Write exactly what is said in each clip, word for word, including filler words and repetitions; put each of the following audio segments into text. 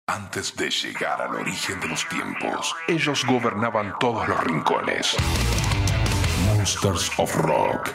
Antes de llegar al origen de los tiempos, ellos gobernaban todos los rincones. Monsters of Rock.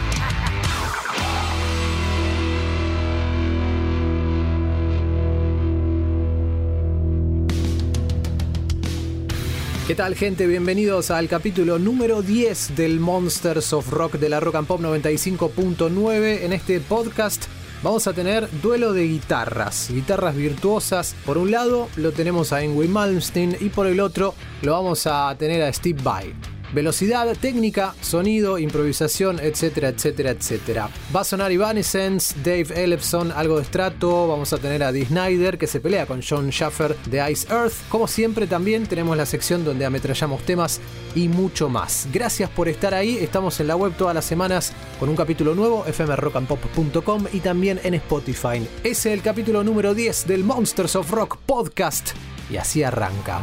¿Qué tal, gente? Bienvenidos al capítulo número diez del Monsters of Rock de la Rock and Pop noventa y cinco punto nueve. En este podcast vamos a tener duelo de guitarras, guitarras virtuosas. Por un lado lo tenemos a Yngwie Malmsteen y por el otro lo vamos a tener a Steve Vai. Velocidad, técnica, sonido, improvisación, etcétera, etcétera, etcétera. Va a sonar Evanescence, Dave Ellefson, algo de Strato. Vamos a tener a Dee Snider, que se pelea con Jon Schaffer de Ice Earth. Como siempre, también tenemos la sección donde ametrallamos temas y mucho más. Gracias por estar ahí. Estamos en la web todas las semanas con un capítulo nuevo, f m rock and pop punto com, y también en Spotify. Es el capítulo número diez del Monsters of Rock podcast. Y así arranca.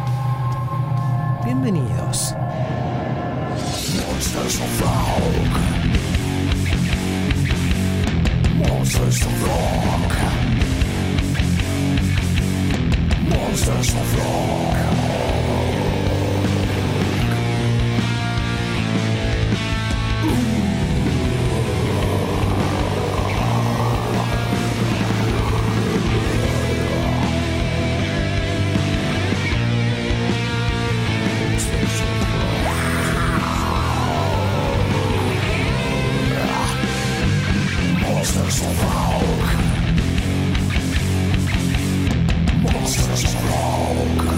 Bienvenidos. Monsters of Rock. Monsters of Rock. Monsters of Rock. Monsters of Rock. Monsters of Rock.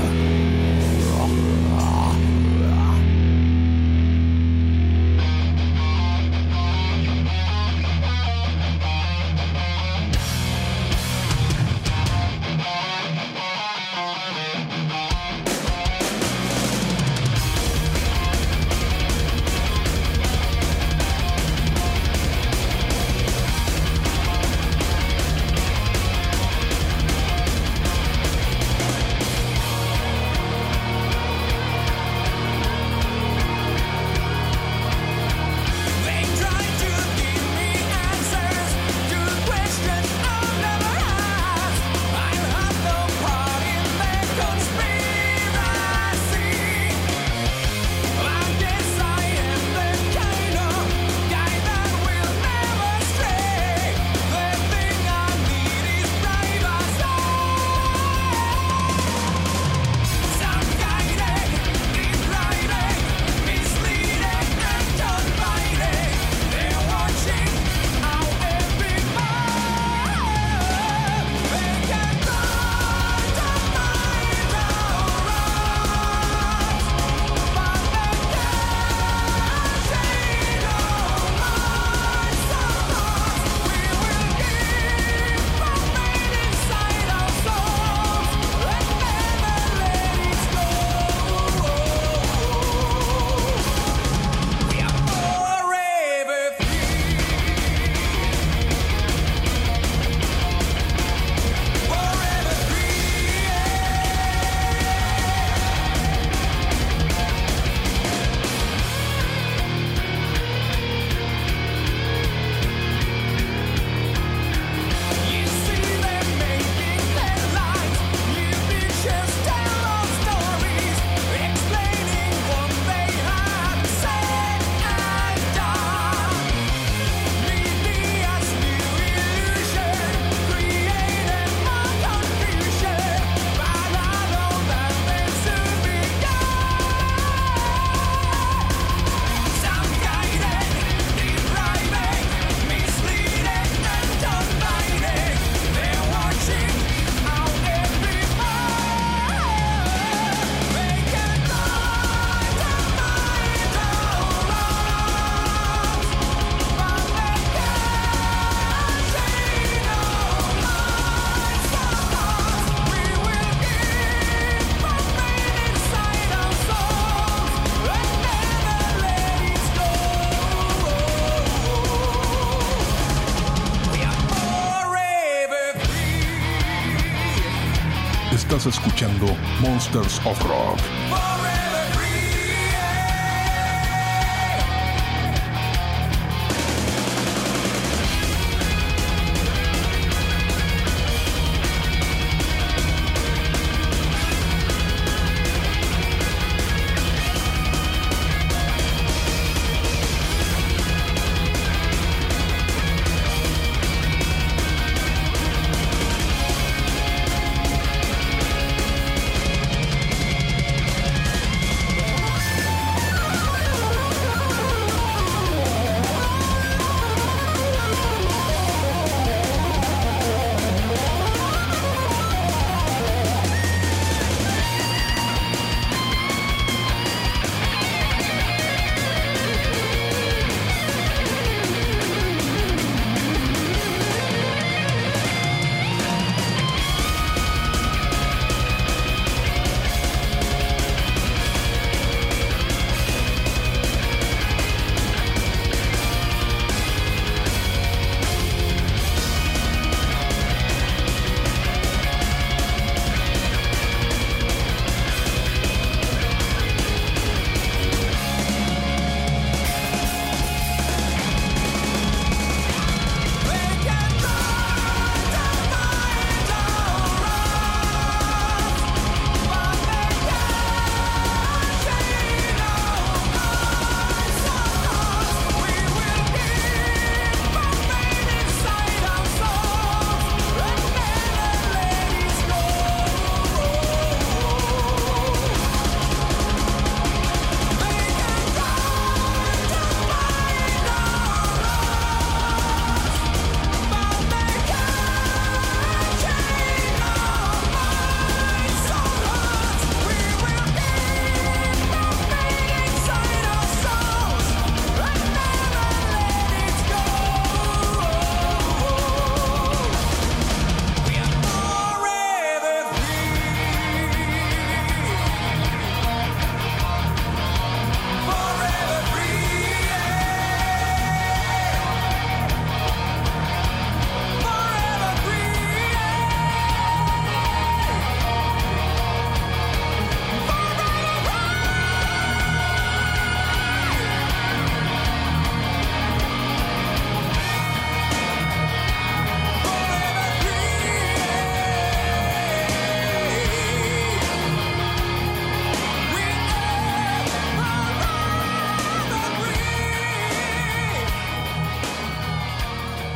Estás escuchando Monsters of Rock.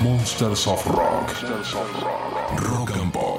Monsters of Rock. Rock and Pop.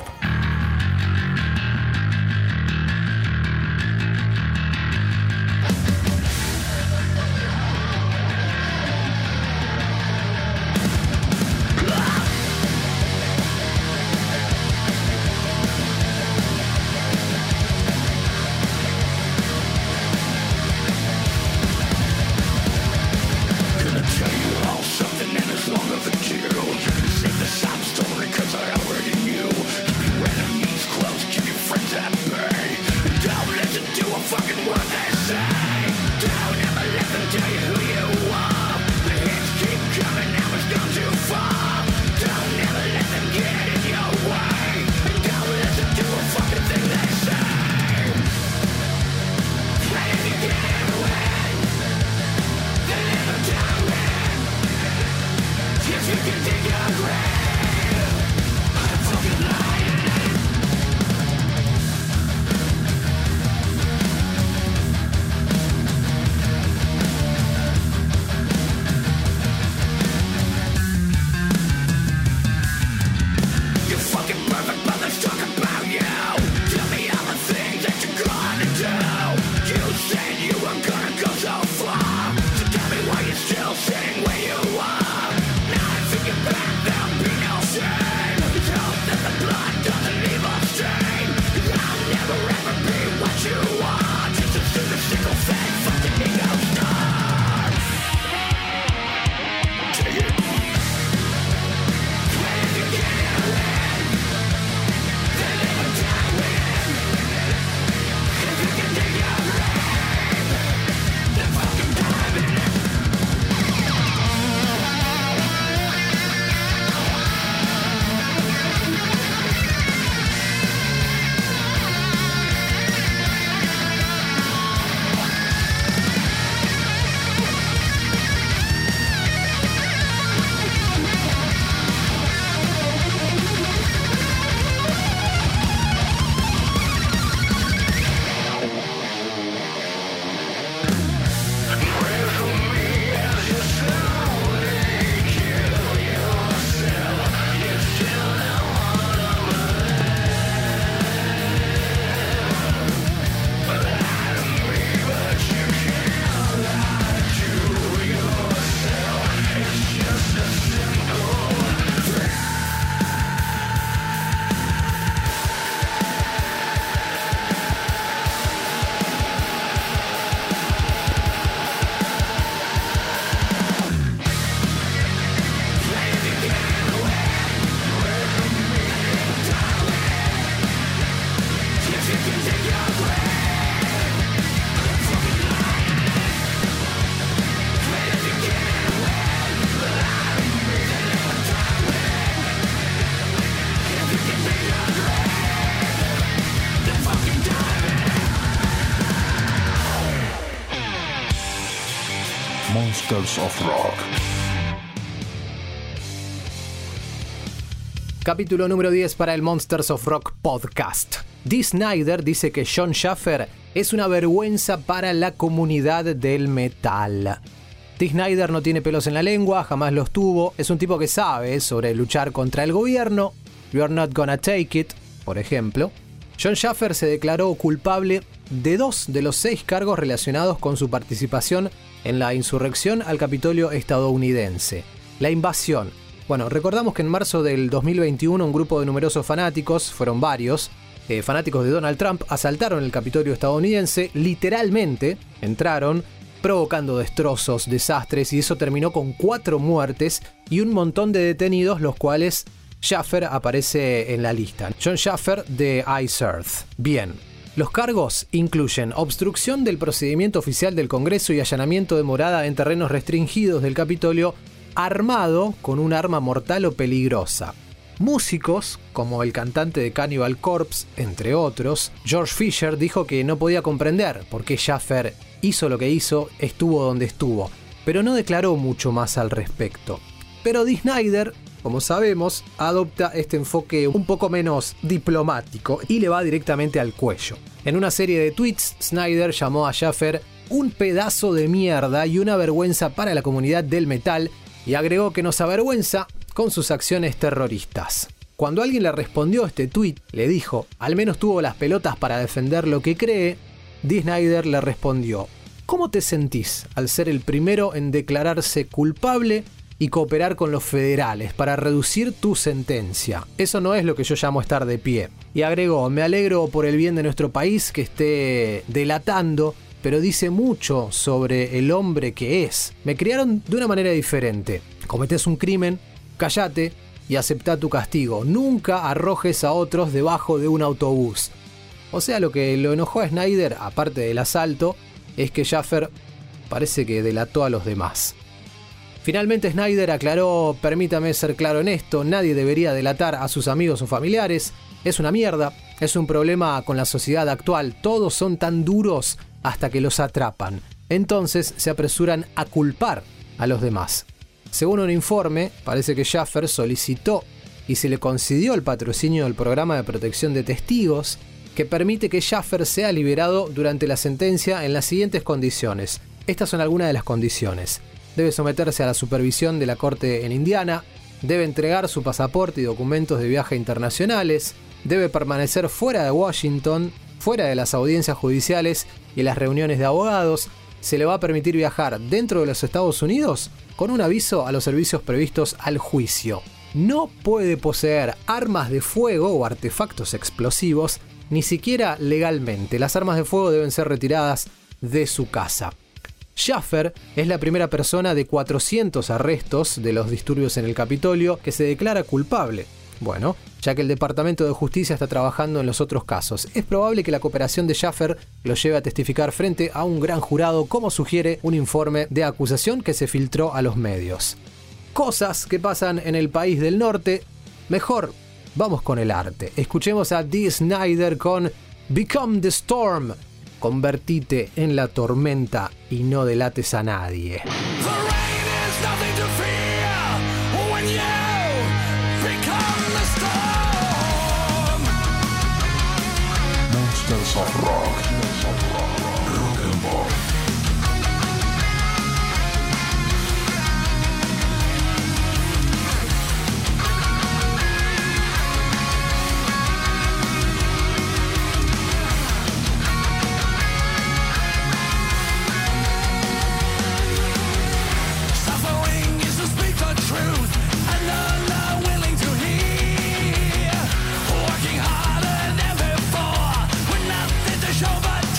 Monsters of Rock. Capítulo número diez para el Monsters of Rock podcast. Dee Snider dice que Jon Schaffer es una vergüenza para la comunidad del metal. Dee Snider no tiene pelos en la lengua, jamás los tuvo, es un tipo que sabe sobre luchar contra el gobierno. You're Not Gonna Take It, por ejemplo. Jon Schaffer se declaró culpable de dos de los seis cargos relacionados con su participación en la insurrección al Capitolio estadounidense. La invasión. Bueno, recordamos que en marzo del dos mil veintiuno un grupo de numerosos fanáticos, fueron varios, eh, fanáticos de Donald Trump, asaltaron el Capitolio estadounidense, literalmente entraron, provocando destrozos, desastres, y eso terminó con cuatro muertes y un montón de detenidos, los cuales Schaffer aparece en la lista. Jon Schaffer de Ice Earth. Bien. Los cargos incluyen obstrucción del procedimiento oficial del Congreso y allanamiento de morada en terrenos restringidos del Capitolio armado con un arma mortal o peligrosa. Músicos, como el cantante de Cannibal Corpse, entre otros, George Fisher dijo que no podía comprender por qué Schaffer hizo lo que hizo, estuvo donde estuvo, pero no declaró mucho más al respecto. Pero Dee Snider, como sabemos, adopta este enfoque un poco menos diplomático y le va directamente al cuello. En una serie de tweets, Snider llamó a Schaffer un pedazo de mierda y una vergüenza para la comunidad del metal y agregó que nos avergüenza con sus acciones terroristas. Cuando alguien le respondió este tuit, le dijo, al menos tuvo las pelotas para defender lo que cree, Dee Snider le respondió, ¿cómo te sentís al ser el primero en declararse culpable y cooperar con los federales para reducir tu sentencia? Eso no es lo que yo llamo estar de pie. Y agregó, me alegro por el bien de nuestro país que esté delatando, pero dice mucho sobre el hombre que es. Me criaron de una manera diferente. Cometés un crimen, cállate y aceptá tu castigo. Nunca arrojes a otros debajo de un autobús. O sea, lo que lo enojó a Snider, aparte del asalto, es que Schaffer parece que delató a los demás. Finalmente Snider aclaró, permítame ser claro en esto, nadie debería delatar a sus amigos o familiares, es una mierda, es un problema con la sociedad actual, todos son tan duros hasta que los atrapan, entonces se apresuran a culpar a los demás. Según un informe, parece que Schaffer solicitó y se le concedió el patrocinio del programa de protección de testigos, que permite que Schaffer sea liberado durante la sentencia en las siguientes condiciones. Estas son algunas de las condiciones. Debe someterse a la supervisión de la corte en Indiana, debe entregar su pasaporte y documentos de viaje internacionales, debe permanecer fuera de Washington, fuera de las audiencias judiciales y las reuniones de abogados, se le va a permitir viajar dentro de los Estados Unidos con un aviso a los servicios previstos al juicio. No puede poseer armas de fuego o artefactos explosivos, ni siquiera legalmente. Las armas de fuego deben ser retiradas de su casa. Schaffer es la primera persona de cuatrocientos arrestos de los disturbios en el Capitolio que se declara culpable. Bueno, ya que el Departamento de Justicia está trabajando en los otros casos, es probable que la cooperación de Schaffer lo lleve a testificar frente a un gran jurado, como sugiere un informe de acusación que se filtró a los medios. Cosas que pasan en el país del norte. Mejor, vamos con el arte. Escuchemos a Dee Snider con Become the Storm. Convertite en la tormenta y no delates a nadie. Monsters of Rock. Rock and Pop. Working harder than ever before, with nothing to show but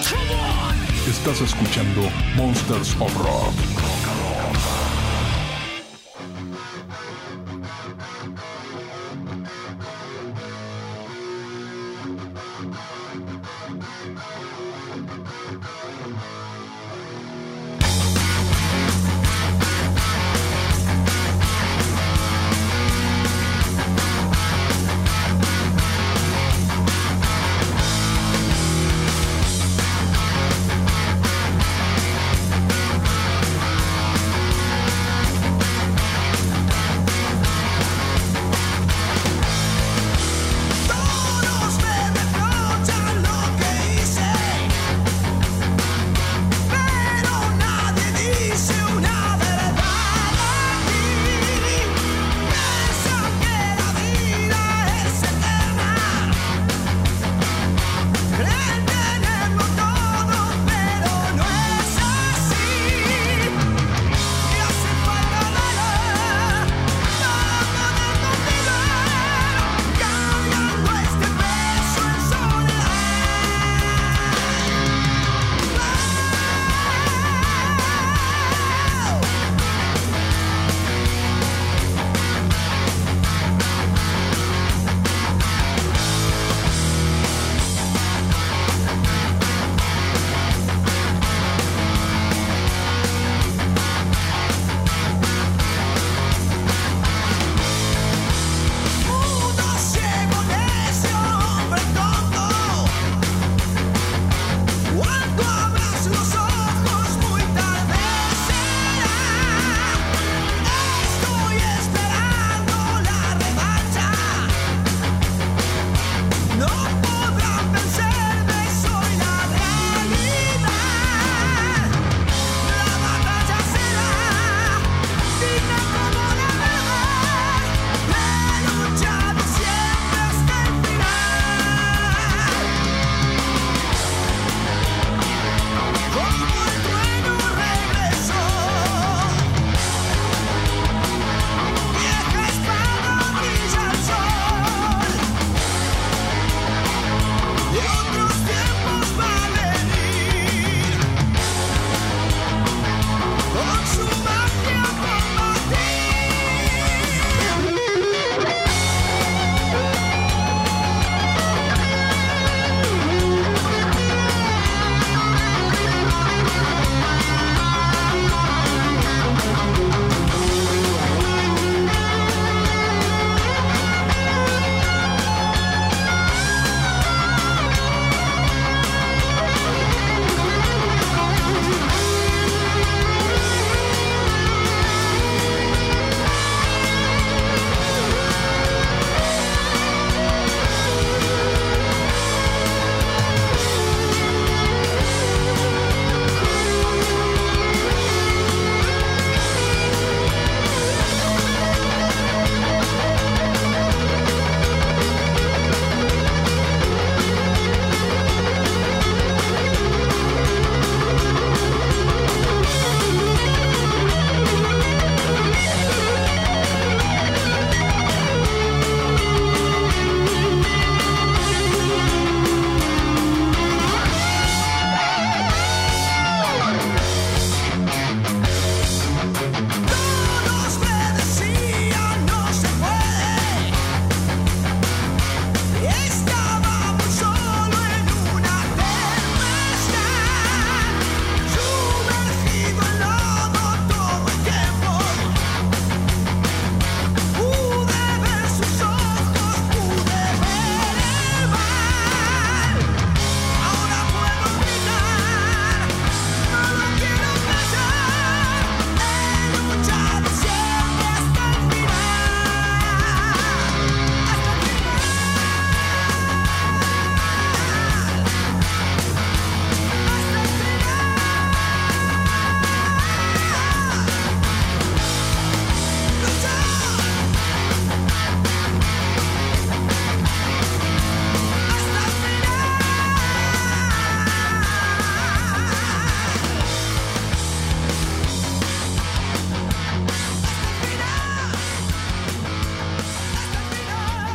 Estás escuchando Monsters of Rock.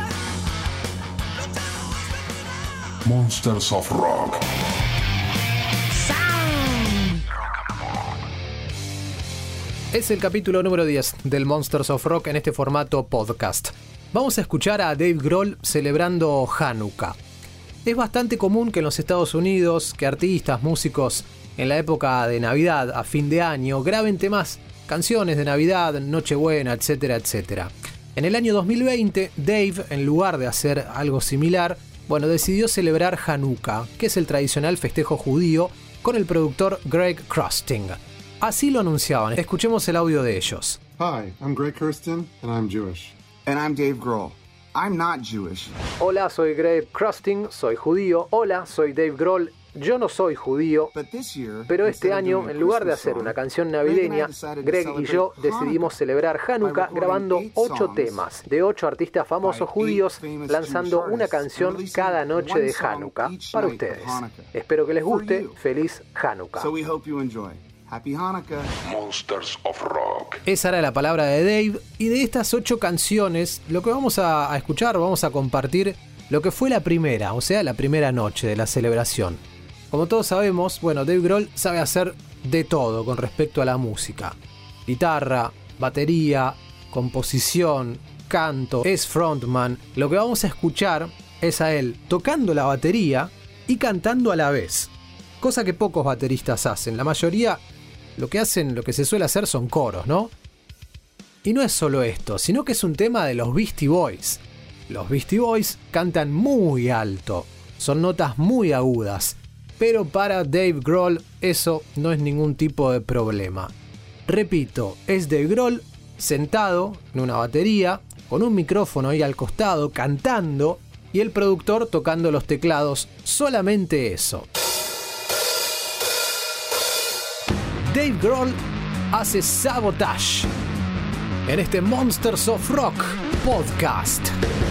Monsters of Rock. Es el capítulo número diez del Monsters of Rock en este formato podcast. Vamos a escuchar a Dave Grohl celebrando Hanukkah. Es bastante común que en los Estados Unidos, que artistas, músicos, en la época de Navidad, a fin de año, graben temas, canciones de Navidad, Nochebuena, etcétera, etcétera. En el año dos mil veinte, Dave, en lugar de hacer algo similar, bueno, decidió celebrar Hanukkah, que es el tradicional festejo judío, con el productor Greg Kurstin. Así lo anunciaban. Escuchemos el audio de ellos. Hi, I'm Greg Kurstin, and I'm Jewish. And I'm Dave Grohl. I'm not Jewish. Hola, soy Greg Kurstin, soy judío. Hola, soy Dave Grohl. Yo no soy judío, pero este año, en lugar de hacer una canción navideña, Greg y yo decidimos celebrar Hanukkah grabando ocho temas de ocho artistas famosos judíos, lanzando una canción cada noche de Hanukkah para ustedes. Espero que les guste. Feliz Hanukkah. Happy Hanukkah. Monsters of Rock. Esa era la palabra de Dave, y de estas ocho canciones, lo que vamos a, a escuchar, vamos a compartir lo que fue la primera, o sea, la primera noche de la celebración. Como todos sabemos, bueno, Dave Grohl sabe hacer de todo con respecto a la música. Guitarra, batería, composición, canto, es frontman. Lo que vamos a escuchar es a él tocando la batería y cantando a la vez. Cosa que pocos bateristas hacen. La mayoría lo que hacen, lo que se suele hacer son coros, ¿no? Y no es solo esto, sino que es un tema de los Beastie Boys. Los Beastie Boys cantan muy alto, son notas muy agudas. Pero para Dave Grohl eso no es ningún tipo de problema. Repito, es Dave Grohl sentado en una batería, con un micrófono ahí al costado, cantando, y el productor tocando los teclados. Solamente eso. Dave Grohl hace Sabotage en este Monsters of Rock podcast.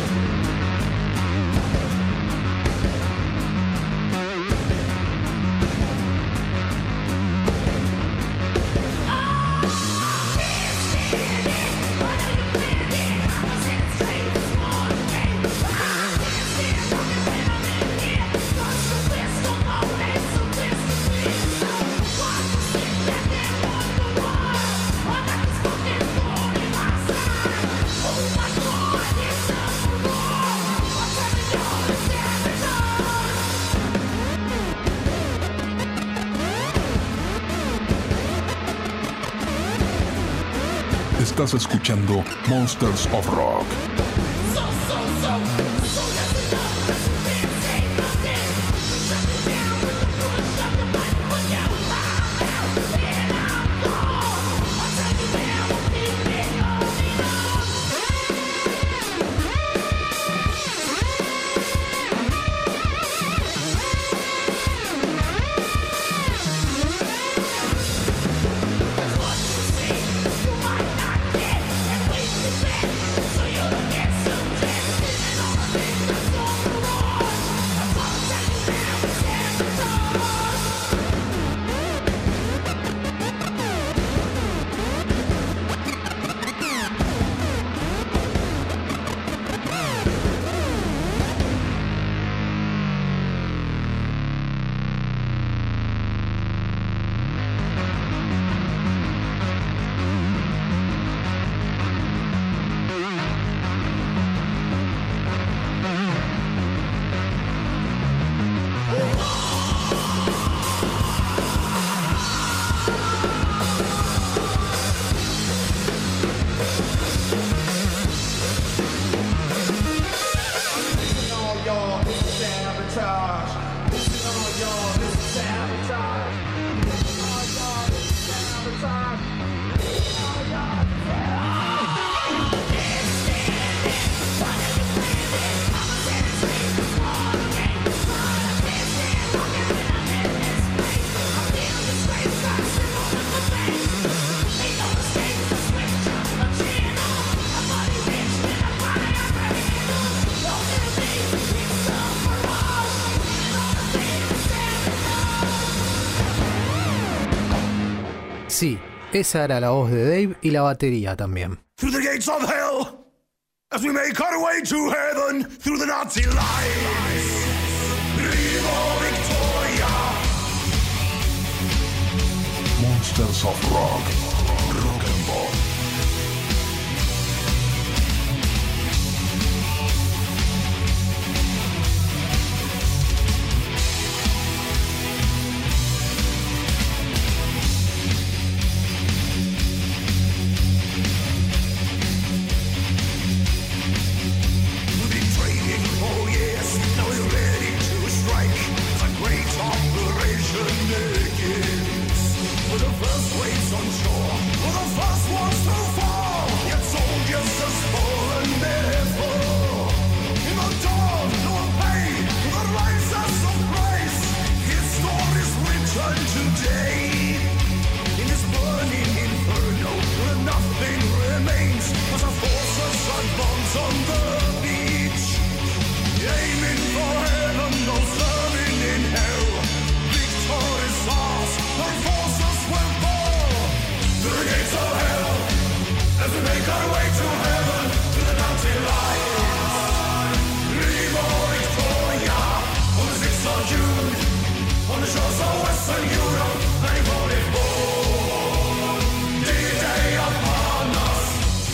Estás escuchando Monsters of Rock. Sí, esa era la voz de Dave y la batería también. Through the gates of hell, as we make our way to heaven, through the Nazi lines. Viva Victoria. Monsters of Rock. Rock and Western Europe, ninety-forty-four. D-Day upon us.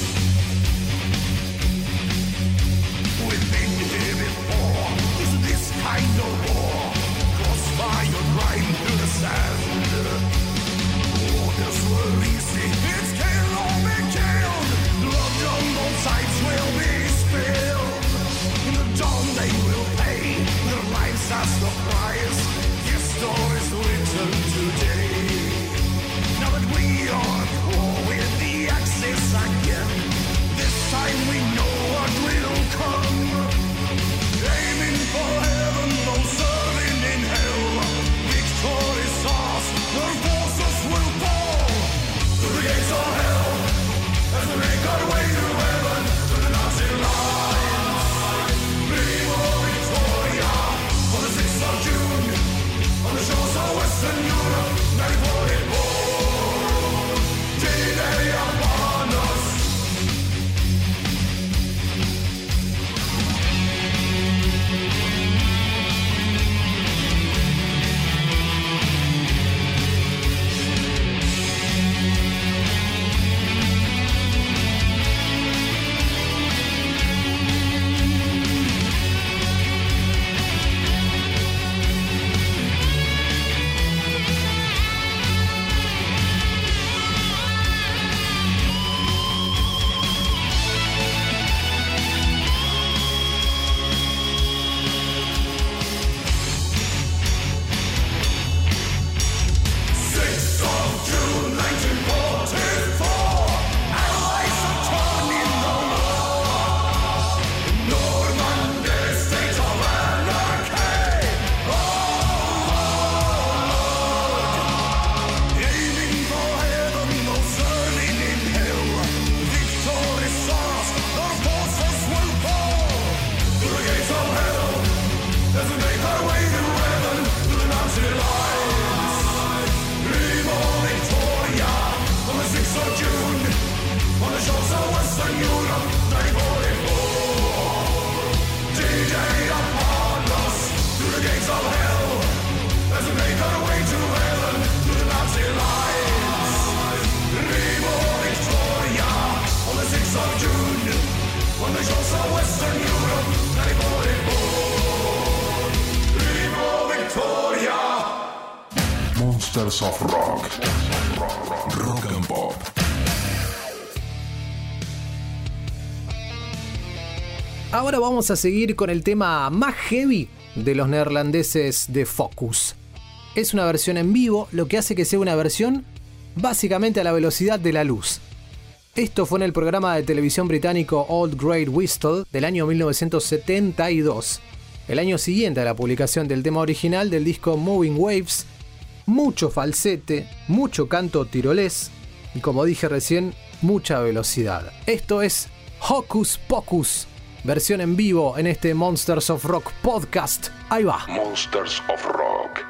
We've been here before. Is this kind of war? Crossfire right through the sand. Orders were easy. It's kill or be killed. Blood on both sides will be spilled. In the dawn they will pay their lives as the price. Yes, stories written today. Now that we are at war with the Axis again, this time we know what will come. Aiming for heaven, though serving in hell. Victory is ours, their forces will fall. Through the gates of hell, as we make our way to heaven, to the Nazi lines. Viva Victoria, on the sixth of June, on the shores of Western Europe, nineteen forty-four. D-Day upon us. sixth of June, nineteen forty-four. Allies are turning the war. Normandy, state of anarchy. Oh, Lord. Aiming for heaven, though serving in hell. Victory is ours, our forces will fall. Through the gates of hell, as we make our way to heaven, to the Nazi lines. Viva Victoria, on the sixth of June, on the shores of Western Europe, nineteen forty-four. D-Day upon us, through the gates of hell, as we make our way to heaven, to the Nazi lines. Viva Victoria, on the sixth of June, on the shores of Western Europe, nineteen forty-four. Viva Victoria. Monsters of Rock. Rock and Pop. Ahora vamos a seguir con el tema más heavy de los neerlandeses de Focus. Es una versión en vivo, lo que hace que sea una versión básicamente a la velocidad de la luz. Esto fue en el programa de televisión británico Old Great Whistle del año mil novecientos setenta y dos, el año siguiente a la publicación del tema original del disco Moving Waves. Mucho falsete, mucho canto tirolés y, como dije recién, mucha velocidad. Esto es Hocus Pocus, versión en vivo en este Monsters of Rock podcast. Ahí va. Monsters of Rock.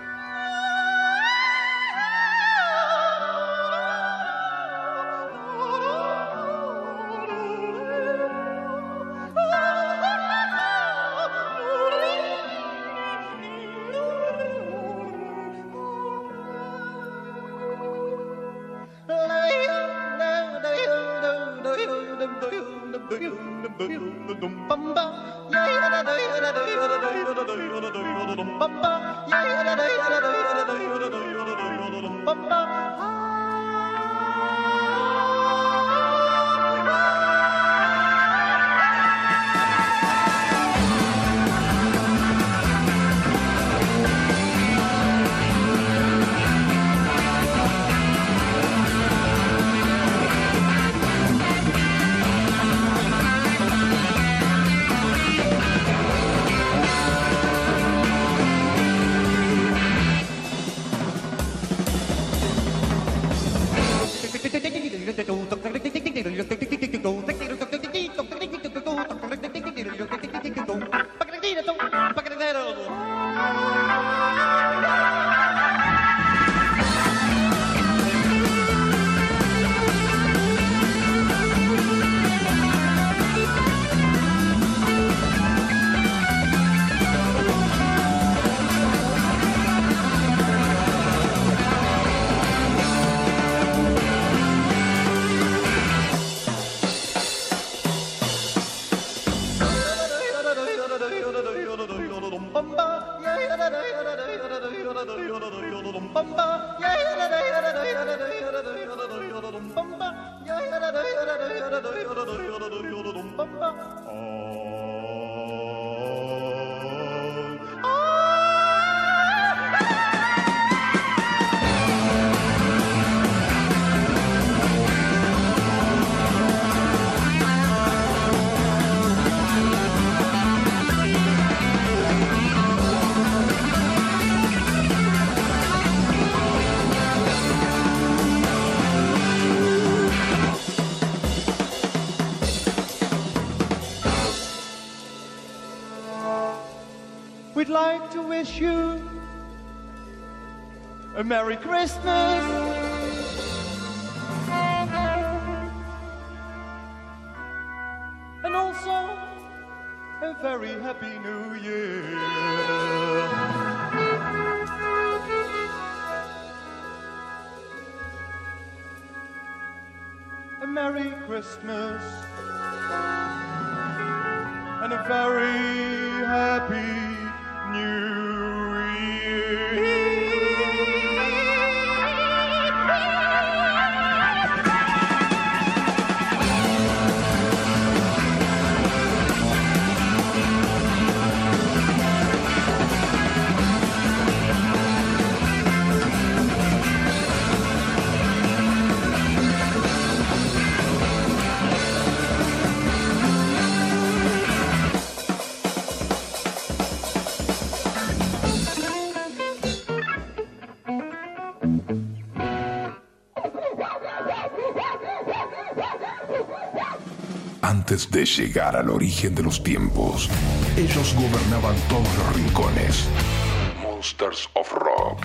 We'd like to wish you a Merry Christmas and also a very Happy New Year. A Merry Christmas and a very Happy New Year. Antes de llegar al origen de los tiempos, ellos gobernaban todos los rincones. Monsters of Rock.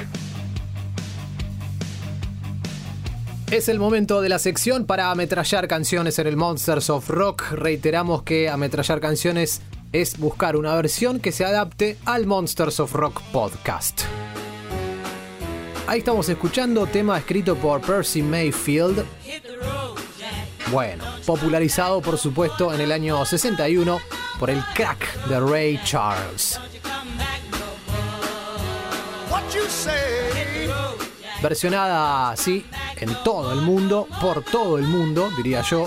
Es el momento de la sección para ametrallar canciones en el Monsters of Rock. Reiteramos que ametrallar canciones es buscar una versión que se adapte al Monsters of Rock podcast. Ahí estamos escuchando tema escrito por Percy Mayfield. Bueno, popularizado por supuesto en el año sesenta y uno por el crack de Ray Charles. Versionada así en todo el mundo, por todo el mundo, diría yo.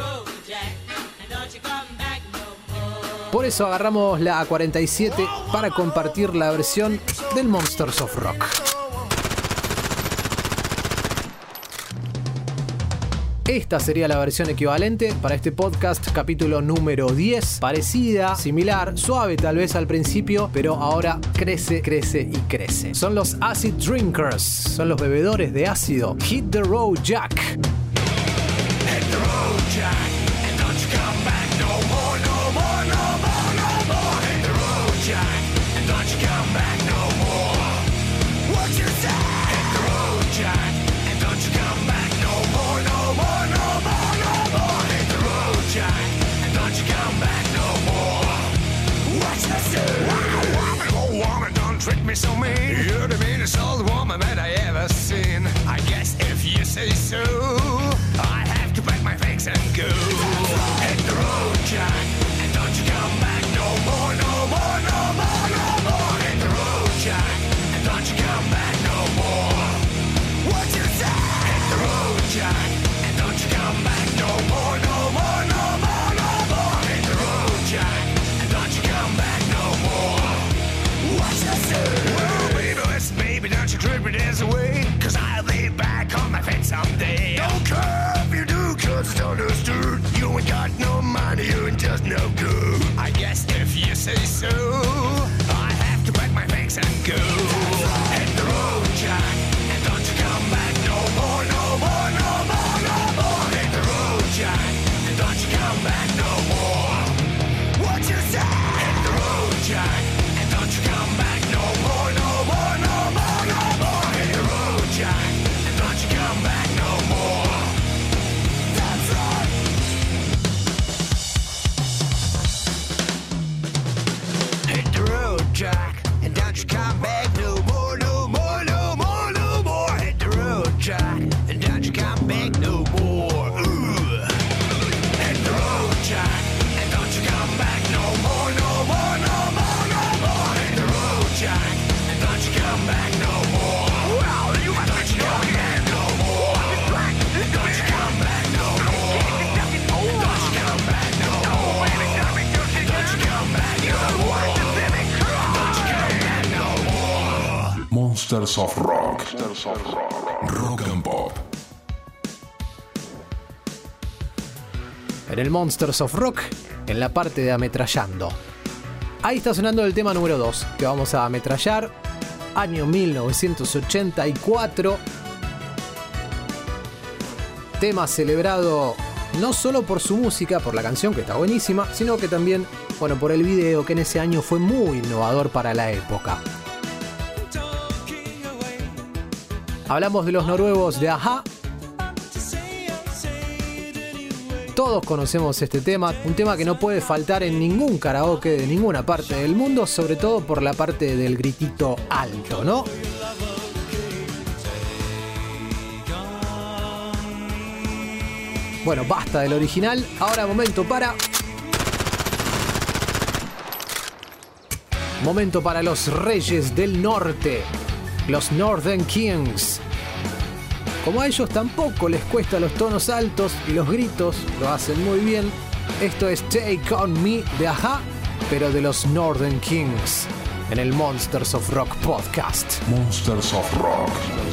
Por eso agarramos la A cuarenta y siete para compartir la versión del Monsters of Rock. Esta sería la versión equivalente para este podcast, capítulo número diez. Parecida, similar, suave tal vez al principio, pero ahora crece, crece y crece. Son los Acid Drinkers, son los bebedores de ácido. Hit the road, Jack. Hit the road, Jack, and don't you come back no more, no more, no more, no more. Hit the road, Jack, and don't you come back no more. What you say? Hit the road, Jack, and don't you come back no more, no more, no more, no more. Hit the road, Jack, and don't you come back no more. What you say? Wow, woman, oh woman, don't treat me so mean. You're the meanest old woman that I ever seen. I guess if you say so, I have to pack my things and go. Hit the road, Jack, and don't you come back no more, no more, no more, no more. Hit the road, Jack, and don't you come back no more. What you say? Hit the road, Jack, and don't you come back no more, no more, no more, no more. Hit the road, Jack, and don't you come back no more. What you say? Well, baby, listen, baby, don't you trip it as away, cause I'll be back on my feet someday. Don't care if you do, cause it's understood. You ain't got no money, you ain't just no good. I guess if you say so, I have to pack my things and go. Hit the road, Jack, and don't you come back no more, no more, no more, no more. Hit the road, Jack, and don't you come back no more. What you say? Hit the road, Jack, and don't you come back no more, no more, no more, no more. Hit the road, Jack, and don't you come back no more. That's right. Hit the road, Jack, and don't you come back no more, no more, no more, no Monsters of Rock. Rock and Pop. En el Monsters of Rock, en la parte de ametrallando. Ahí está sonando el tema número dos, que vamos a ametrallar. Año mil novecientos ochenta y cuatro. Tema celebrado no solo por su música, por la canción que está buenísima, sino que también, bueno, por el video que en ese año fue muy innovador para la época. Hablamos de los noruegos de A-ha. Todos conocemos este tema, un tema que no puede faltar en ningún karaoke de ninguna parte del mundo, sobre todo por la parte del gritito alto, ¿no? Bueno, basta del original, ahora momento para... Momento para los Reyes del Norte, los Northern Kings. Como a ellos tampoco les cuesta los tonos altos y los gritos, lo hacen muy bien. Esto es Take On Me de A-ha, pero de los Northern Kings, en el Monsters of Rock podcast. Monsters of Rock.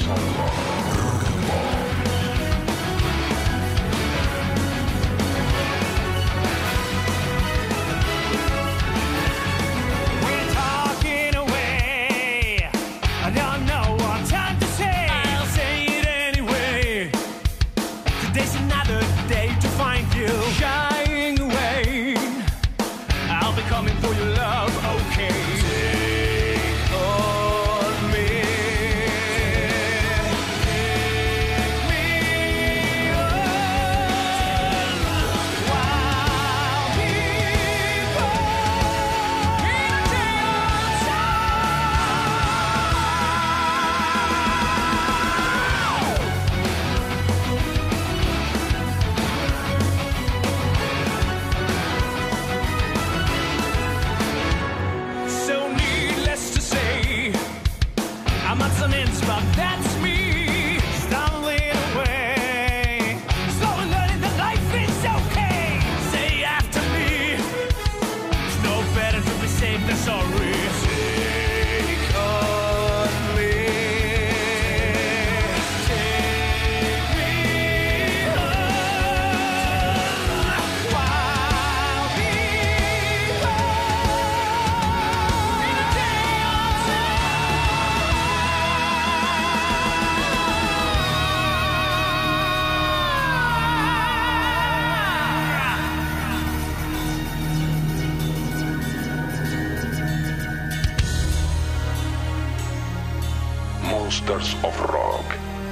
Monsters of Rock.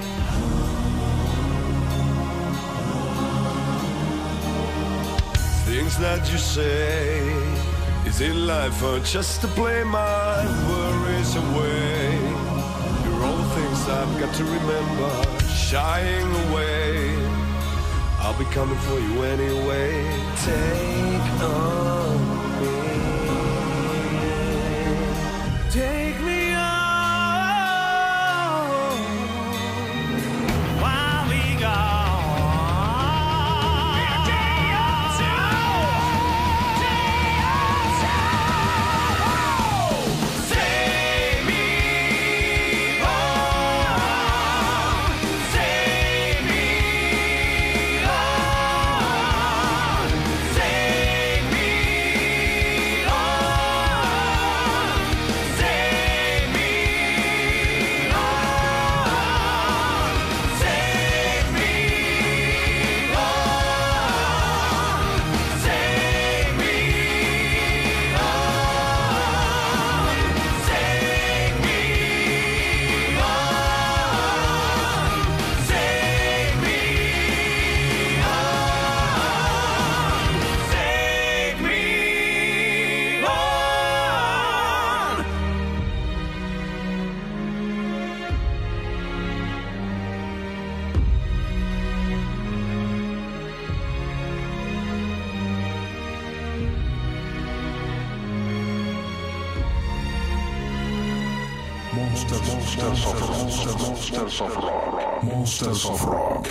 Things that you say, is it life or just to play my worries away? You're all things I've got to remember, shying away. I'll be coming for you anyway. Take on me. Take me on. Monsters, Monsters of Rock. Monsters of Rock. Monsters of Rock.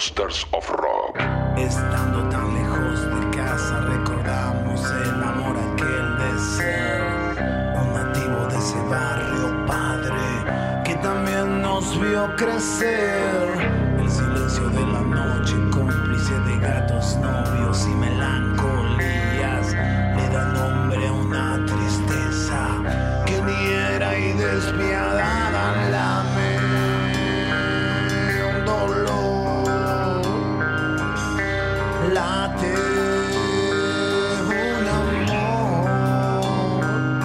Monsters of Rock. Estando tan lejos de casa recordamos el amor aquel de ser un nativo de ese barrio, padre que también nos vio crecer. El silencio de la noche, cómplice de gatos, novios y melancolías, le da nombre a una tristeza que ni era y despiadada lame un dolor, late un amor,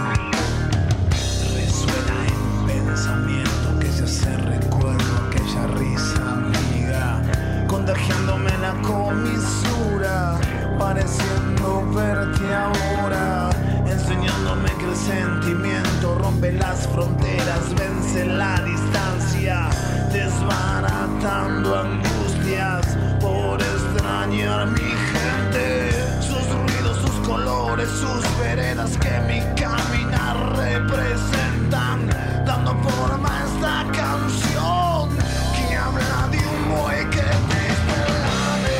resuena en un pensamiento que se hace recuerdo aquella risa amiga, contagiándome la comisura, pareciendo verte ahora, enseñándome que el sentimiento rompe las fronteras, vence la distancia, desbaratando angustias por extrañar mi gente, sus ruidos, sus colores, sus veredas que mi caminar representan, dando forma a esta canción que habla de un buey que triste lame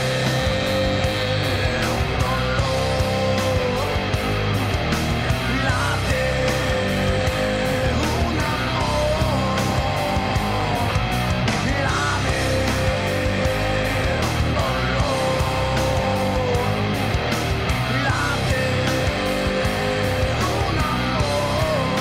un dolor, late un amor, lame un dolor, late un amor.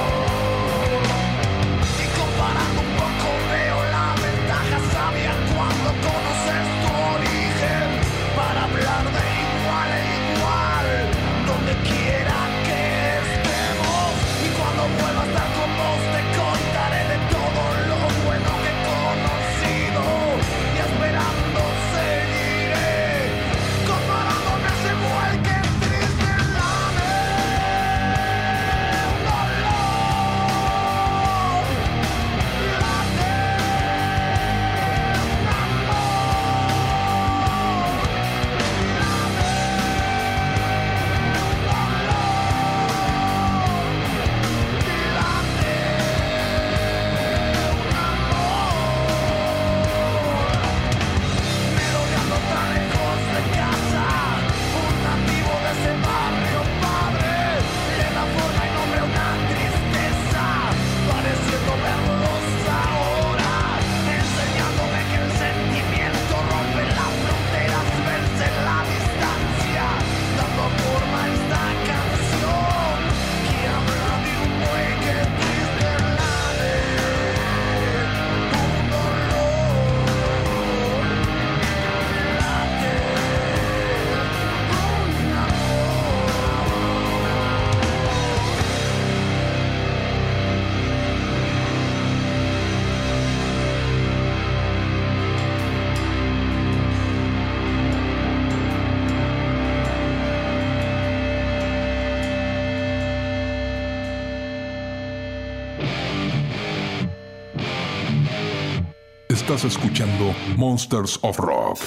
Y comparando un poco veo la ventaja sabia cuando conoces tu origen, para hablar de igual a igual donde quiera que estemos. Y cuando vuelva a estar con vos te contaré de todo lo bueno que he conocido, y esperando seguiré comparándome a ese buey que triste lame un dolor, late un merodeando tan lejos de casa, un nativo de ese barrio, padre le da forma y nombre a una tristeza, pareciendo verlos ahora, enseñándome que el sentimiento rompe las fronteras, vence la distancia, dando forma a esta canción que habla de un buey que triste lame un dolor, late un Estás escuchando Monsters of Rock.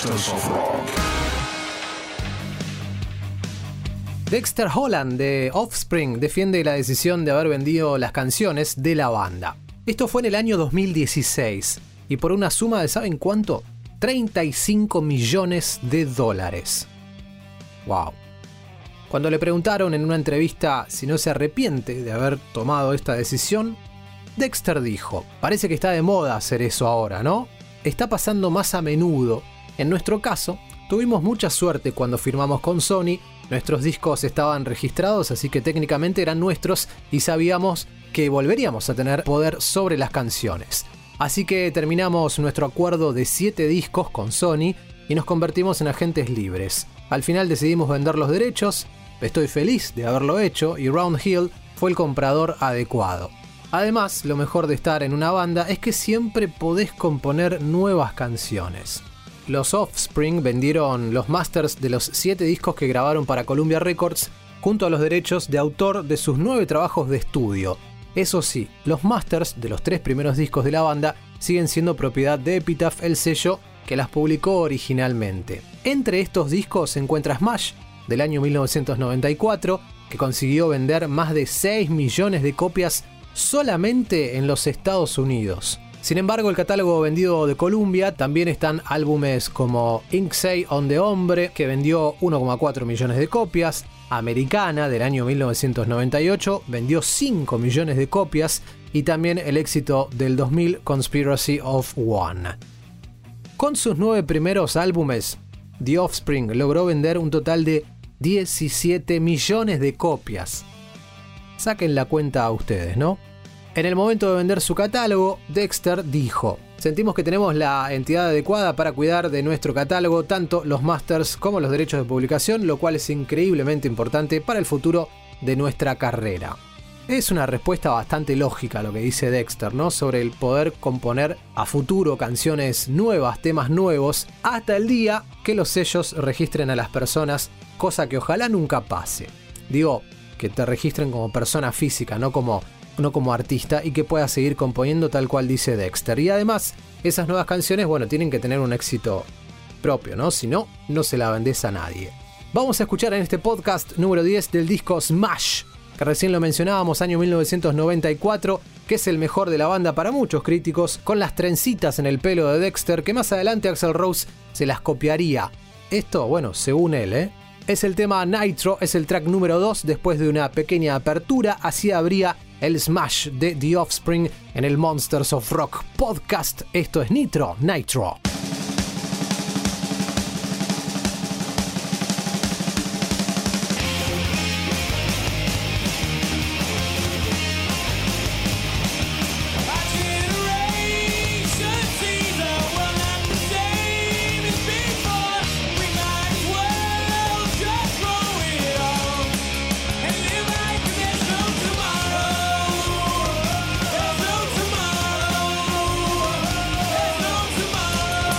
Monsters of Rock. Dexter Holland de Offspring defiende la decisión de haber vendido las canciones de la banda. Esto fue en el año dos mil dieciséis y por una suma de ¿saben cuánto? treinta y cinco millones de dólares. Wow. Cuando le preguntaron en una entrevista si no se arrepiente de haber tomado esta decisión, Dexter dijo: parece que está de moda hacer eso ahora, ¿no? Está pasando más a menudo. En nuestro caso, tuvimos mucha suerte cuando firmamos con Sony. Nuestros discos estaban registrados, así que técnicamente eran nuestros y sabíamos que volveríamos a tener poder sobre las canciones. Así que terminamos nuestro acuerdo de siete discos con Sony y nos convertimos en agentes libres. Al final decidimos vender los derechos, estoy feliz de haberlo hecho y Round Hill fue el comprador adecuado. Además, lo mejor de estar en una banda es que siempre podés componer nuevas canciones. Los Offspring vendieron los masters de los siete discos que grabaron para Columbia Records junto a los derechos de autor de sus nueve trabajos de estudio. Eso sí, los masters de los tres primeros discos de la banda siguen siendo propiedad de Epitaph, el sello que las publicó originalmente. Entre estos discos se encuentra Smash, del año mil novecientos noventa y cuatro, que consiguió vender más de seis millones de copias solamente en los Estados Unidos. Sin embargo, el catálogo vendido de Columbia también están álbumes como Inksey on the Hombre, que vendió uno coma cuatro millones de copias, Americana, del año mil novecientos noventa y ocho, vendió cinco millones de copias, y también el éxito del dos mil, Conspiracy of One. Con sus nueve primeros álbumes, The Offspring logró vender un total de diecisiete millones de copias. Saquen la cuenta a ustedes, ¿no? En el momento de vender su catálogo, Dexter dijo: sentimos que tenemos la entidad adecuada para cuidar de nuestro catálogo, tanto los masters como los derechos de publicación, lo cual es increíblemente importante para el futuro de nuestra carrera. Es una respuesta bastante lógica a lo que dice Dexter, ¿no? Sobre el poder componer a futuro canciones nuevas, temas nuevos, hasta el día que los sellos registren a las personas, cosa que ojalá nunca pase. Digo, que te registren como persona física, no como, no como artista, y que puedas seguir componiendo tal cual dice Dexter. Y además, esas nuevas canciones, bueno, tienen que tener un éxito propio, ¿no? Si no, no se la vendés a nadie. Vamos a escuchar en este podcast número diez del disco Smash, que recién lo mencionábamos, año mil novecientos noventa y cuatro, que es el mejor de la banda para muchos críticos, con las trencitas en el pelo de Dexter, que más adelante Axl Rose se las copiaría. Esto, bueno, según él, ¿eh? Es el tema Nitro, es el track número dos, después de una pequeña apertura, así abría el Smash de The Offspring en el Monsters of Rock podcast. Esto es Nitro, Nitro. Tomorrow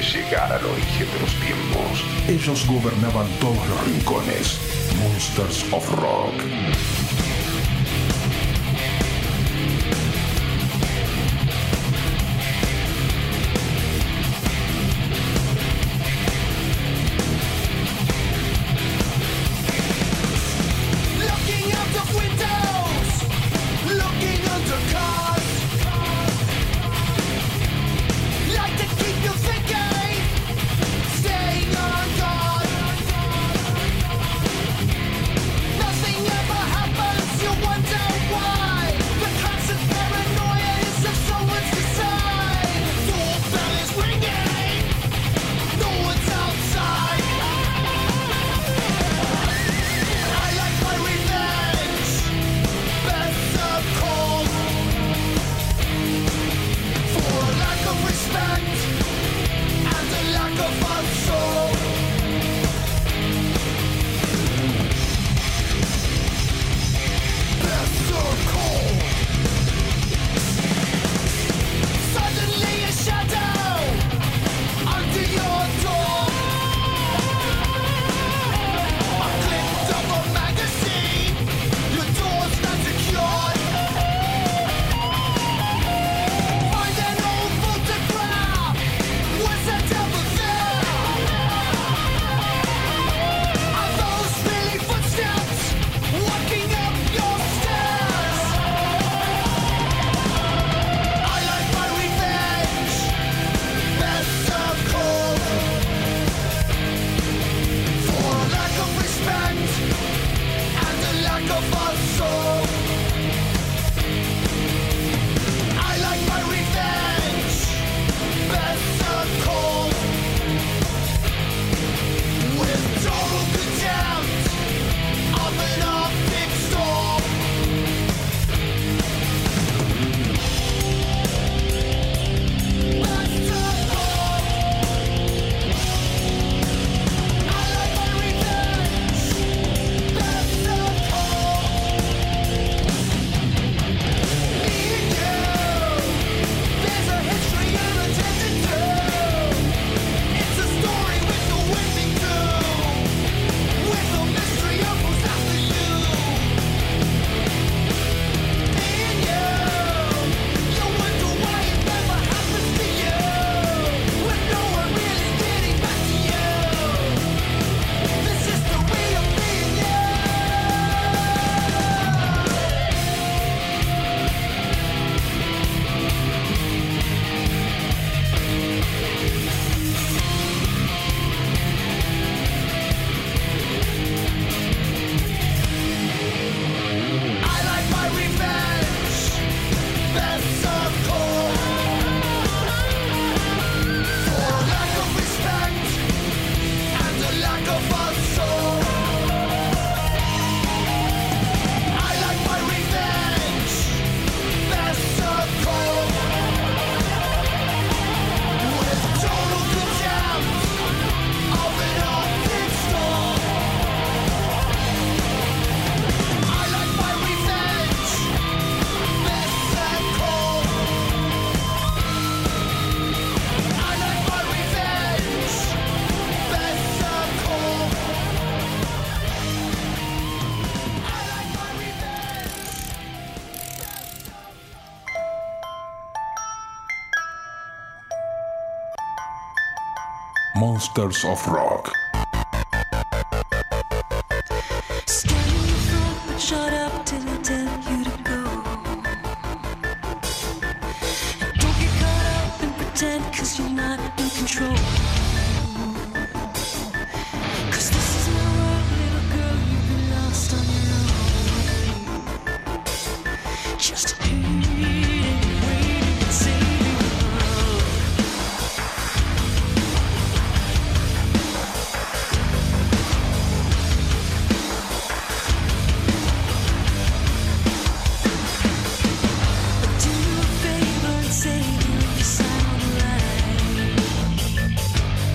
llegar al origen de los tiempos. Ellos gobernaban todos los rincones. Monsters of Rock. Looking out the windows, looking under cars. Like to keep you thinking, staying on guard. Nothing ever happens, you wonder why. The constant paranoia is of someone's design. Doorbell is ringing, no one's outside. I like my revenge, best of cold. For a lack of respect and a lack of a soul. Best of cold. Suddenly a shadow under your door. A clip of a magazine, your door's not secured. Find an old photograph, was that ever there? Are those really footsteps walking up your stairs? I like my revenge, best of cold. For a lack of respect and a lack of a soul. I like my revenge, best of cold. With total contempt of an optic storm. Best of cold. I like my revenge, best of cold. Me and you, there's a history I'm attending to. It's a story with no ending to, with no mystery of who's after you. Me and you, you wonder why it never happens to you, with no one really getting back to you. This is the way of being you. I like my revenge, best of cold. For a lack of respect and a lack of a soul. I like my revenge, best of cold. With total contempt of an optic storm. I like my revenge, best of cold. I like my revenge, best of cold. I like my revenge. Monsters of Rock. Stand in the front, but shut up till I tell you to go. And don't get caught up and pretend, cause you're not in control. Cause this is my world, little girl, you've been lost on your own. Just waiting, waiting, and saving the world. Do you a favor and say you're the sound right.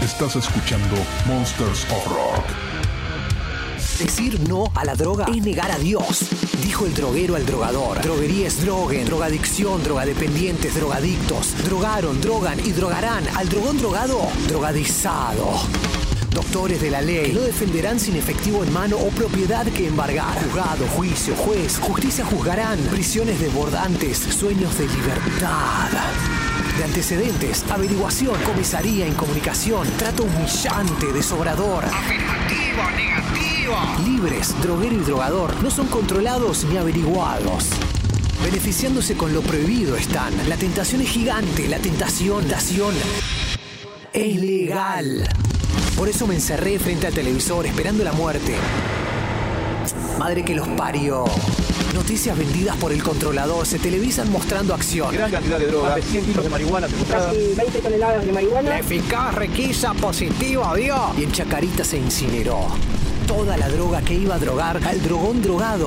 Estás escuchando Monsters of Rock. Decir no a la droga es negar a Dios, dijo el droguero al drogador. Droguerías droguen, drogadicción, drogadependientes, drogadictos. Drogaron, drogan y drogarán al drogón drogado, drogadizado. Doctores de la ley que no defenderán sin efectivo en mano o propiedad que embargar. Juzgado, juicio, juez, justicia juzgarán. Prisiones desbordantes, sueños de libertad. De antecedentes, averiguación, comisaría, incomunicación, trato humillante, desobrador. Afirmativo, negativo. Libres, droguero y drogador, no son controlados ni averiguados. Beneficiándose con lo prohibido están. La tentación es gigante, la tentación, tentación es legal. Por eso me encerré frente al televisor esperando la muerte. Madre que los parió. Noticias vendidas por el controlador se televisan mostrando acción. Gran cantidad de droga, cien kilos de marihuana secuestrada. Casi veinte toneladas de marihuana. La eficaz requisa positiva, Dios. Y en Chacarita se incineró toda la droga que iba a drogar al drogón drogado.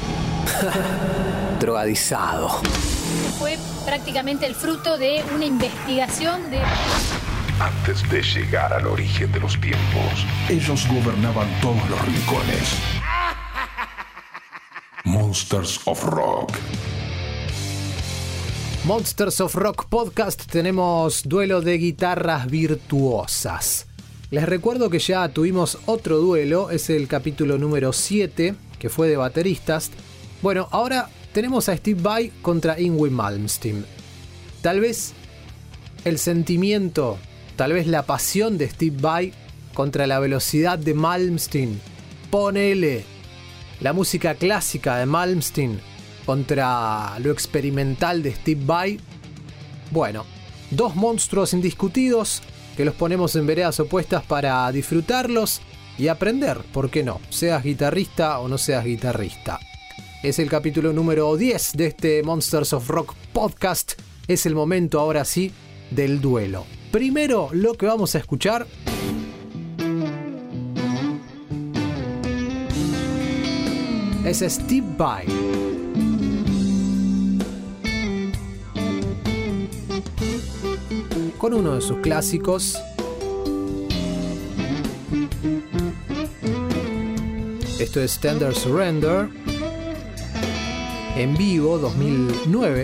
Drogadizado. Fue prácticamente el fruto de una investigación de... Antes de llegar al origen de los tiempos, ellos gobernaban todos los rincones. Monsters of Rock. Monsters of Rock Podcast, tenemos duelo de guitarras virtuosas. Les recuerdo que ya tuvimos otro duelo, es el capítulo número siete, que fue de bateristas. Bueno, ahora tenemos a Steve Vai contra Yngwie Malmsteen. Tal vez el sentimiento, tal vez la pasión de Steve Vai contra la velocidad de Malmsteen. Ponele la música clásica de Malmsteen contra lo experimental de Steve Vai. Bueno, dos monstruos indiscutidos que los ponemos en veredas opuestas para disfrutarlos y aprender, ¿por qué no? Seas guitarrista o no seas guitarrista. Es el capítulo número diez de este Monsters of Rock Podcast. Es el momento ahora sí del duelo. Primero lo que vamos a escuchar es Steve Vai. Con uno de sus clásicos. Esto es Tender Surrender. En vivo, dos mil nueve.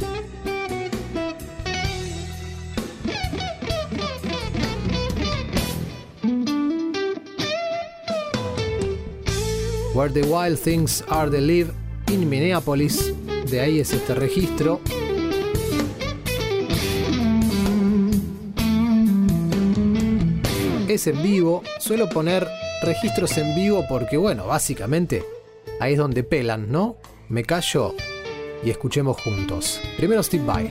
Where the Wild Things Are They Live in Minneapolis. De ahí es este registro. Es en vivo. Suelo poner registros en vivo porque, bueno, básicamente ahí es donde pelan, ¿no? Me callo y escuchemos juntos. Primero Steve Vai.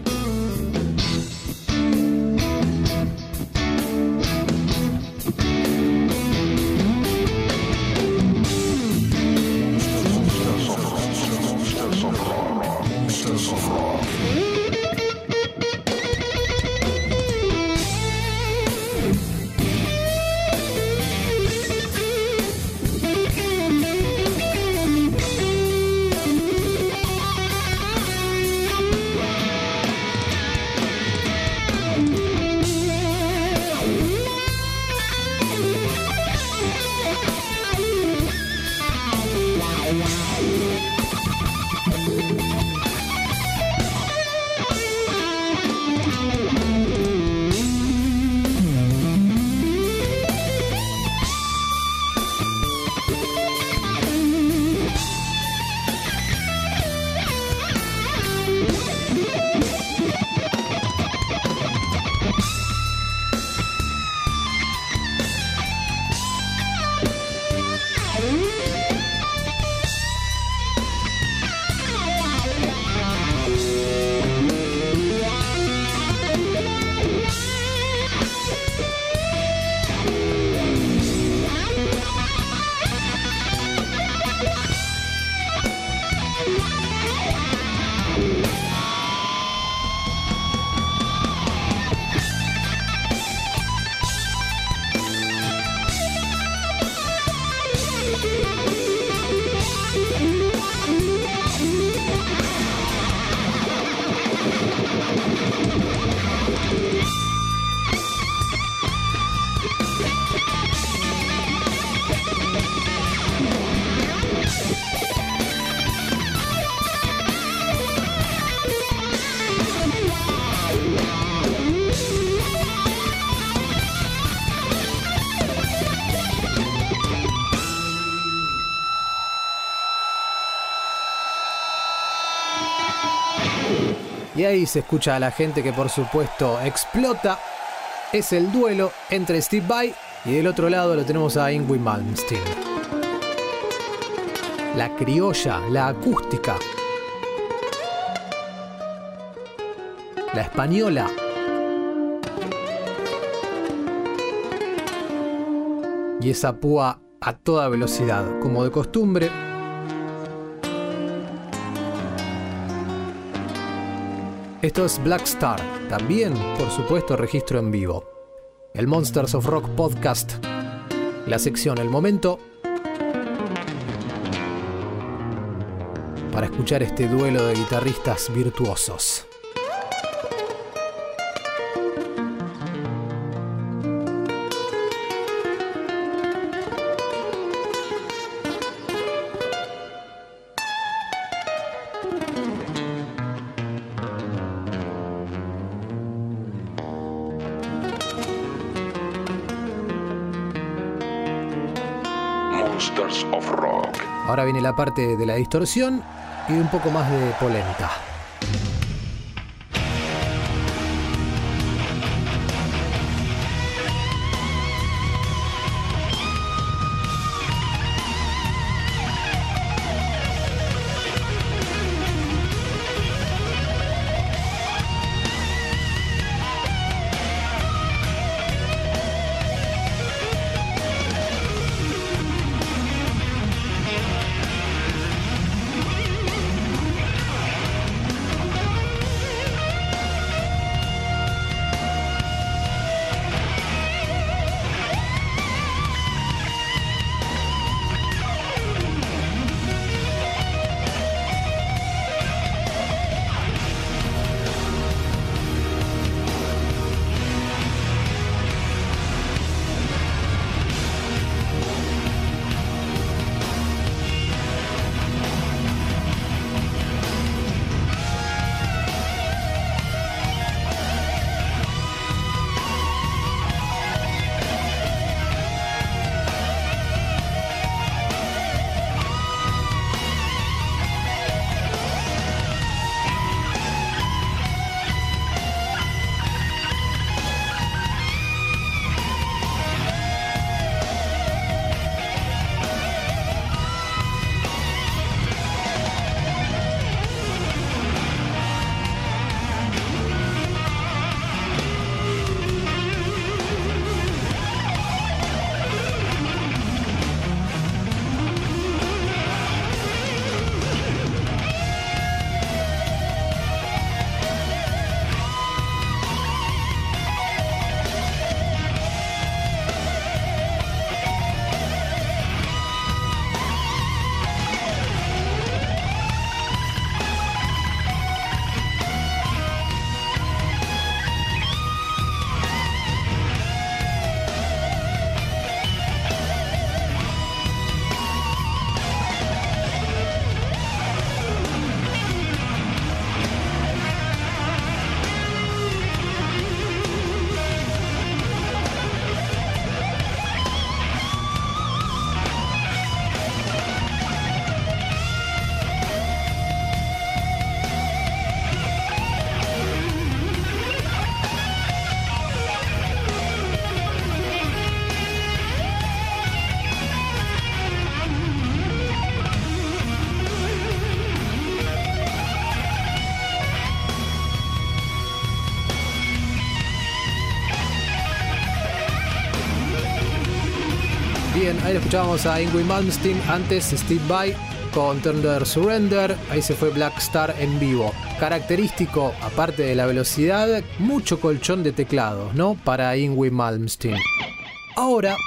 Y ahí se escucha a la gente que por supuesto explota. Es el duelo entre Steve Vai y del otro lado lo tenemos a Yngwie Malmsteen. La criolla, la acústica, la española. Y esa púa a toda velocidad, como de costumbre. Esto es Black Star, también, por supuesto, registro en vivo. El Monsters of Rock Podcast, la sección, el momento para escuchar este duelo de guitarristas virtuosos. Monsters of Rock. Ahora viene la parte de la distorsión y un poco más de polenta. Bien, ahí lo escuchábamos a Yngwie Malmsteen, antes Steve Vai con Tender Surrender, ahí se fue Black Star en vivo. Característico, aparte de la velocidad, mucho colchón de teclados, ¿no? Para Yngwie Malmsteen. Ahora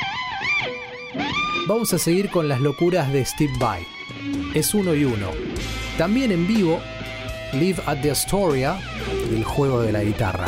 vamos a seguir con las locuras de Steve Vai. Es uno y uno. También en vivo, Live at the Astoria, el juego de la guitarra.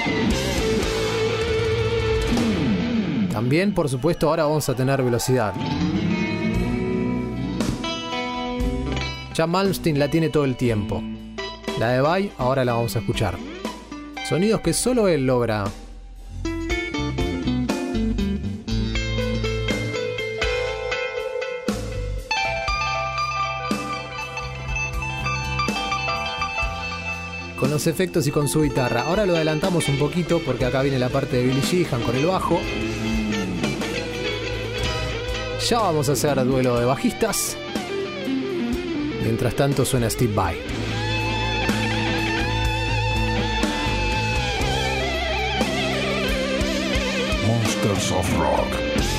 También, por supuesto, ahora vamos a tener velocidad. Ya Malmsteen la tiene todo el tiempo. La de Vai ahora la vamos a escuchar. Sonidos que solo él logra. Con los efectos y con su guitarra. Ahora lo adelantamos un poquito porque acá viene la parte de Billy Sheehan con el bajo. Ya vamos a hacer duelo de bajistas. Mientras tanto suena Steve Vai. Monsters of Rock.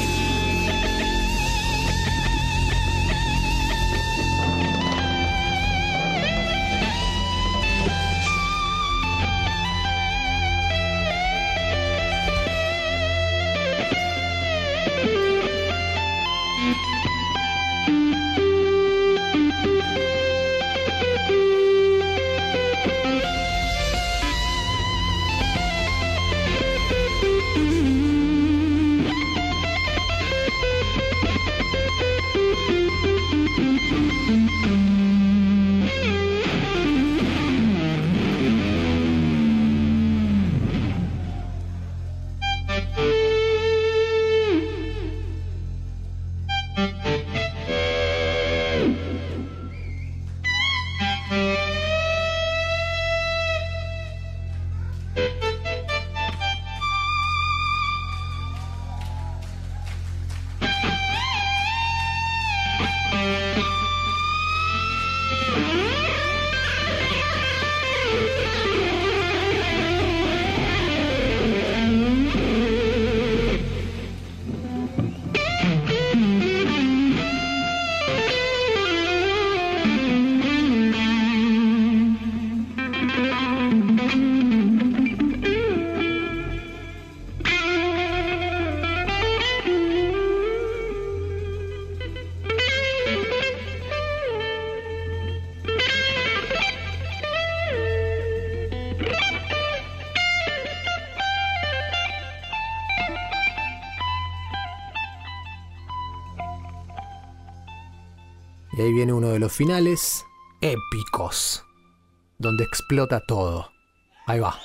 Y ahí viene uno de los finales épicos, donde explota todo. Ahí va.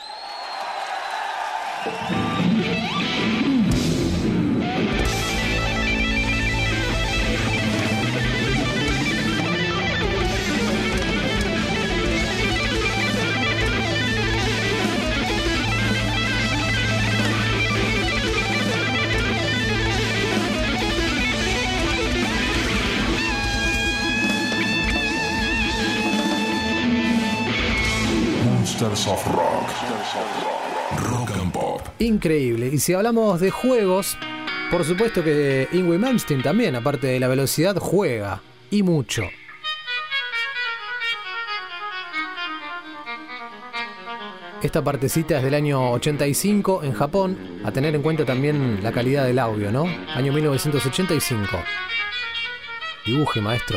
Monsters of Rock. Rock and Pop. Increíble. Y si hablamos de juegos, por supuesto que Yngwie Malmsteen también, aparte de la velocidad, juega. Y mucho. Esta partecita es del año ochenta y cinco en Japón, a tener en cuenta también la calidad del audio, ¿no? Año mil novecientos ochenta y cinco. Dibuje, maestro.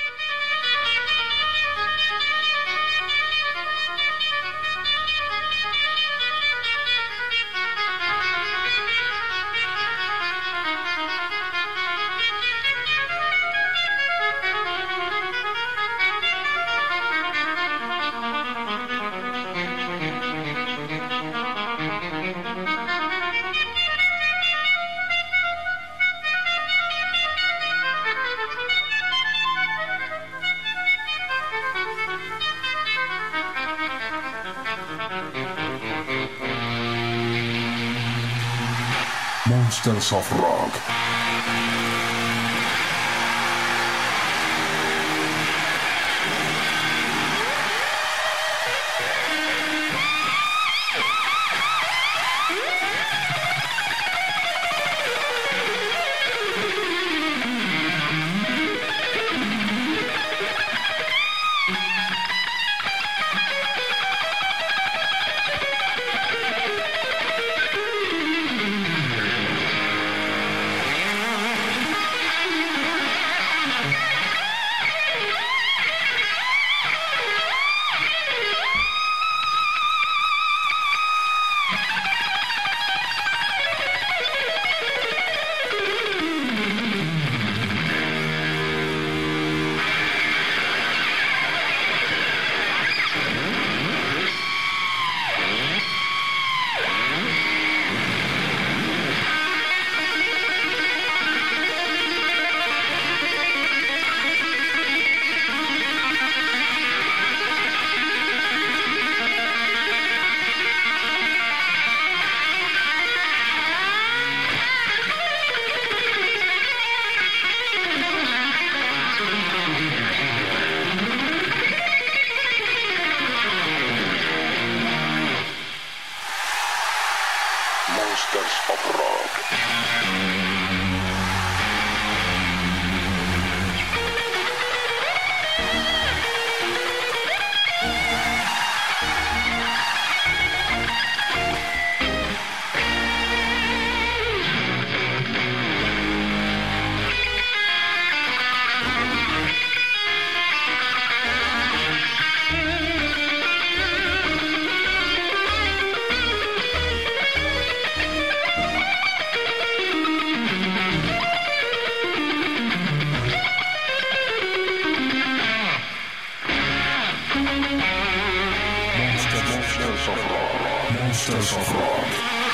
Monsters of Rock. Monsters of Rock. Monsters of Rock. Monsters of Rock.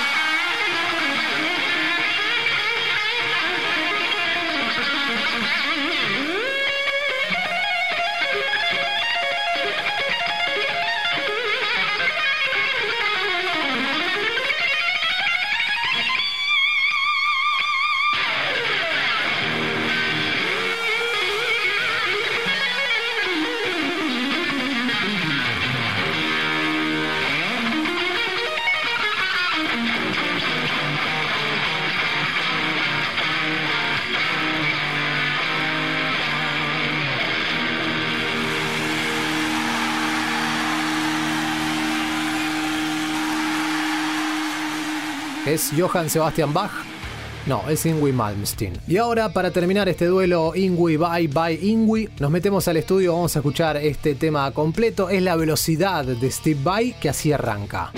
¿Es Johann Sebastian Bach? No, es Yngwie Malmsteen. Y ahora, para terminar este duelo Yngwie Bye Bye Yngwie, nos metemos al estudio, vamos a escuchar este tema completo. Es la velocidad de Steve Vai que así arranca.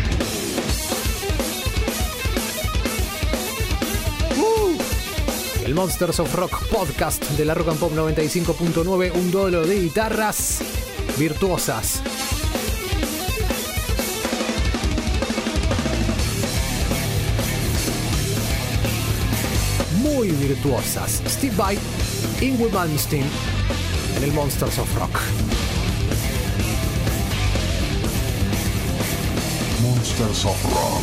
Uh, el Monsters of Rock podcast de la Rock and Pop noventa y cinco punto nueve, un duelo de guitarras virtuosas. Muy virtuosas. Steve Vai, Yngwie Malmsteen en el Monsters of Rock. Monsters of Rock.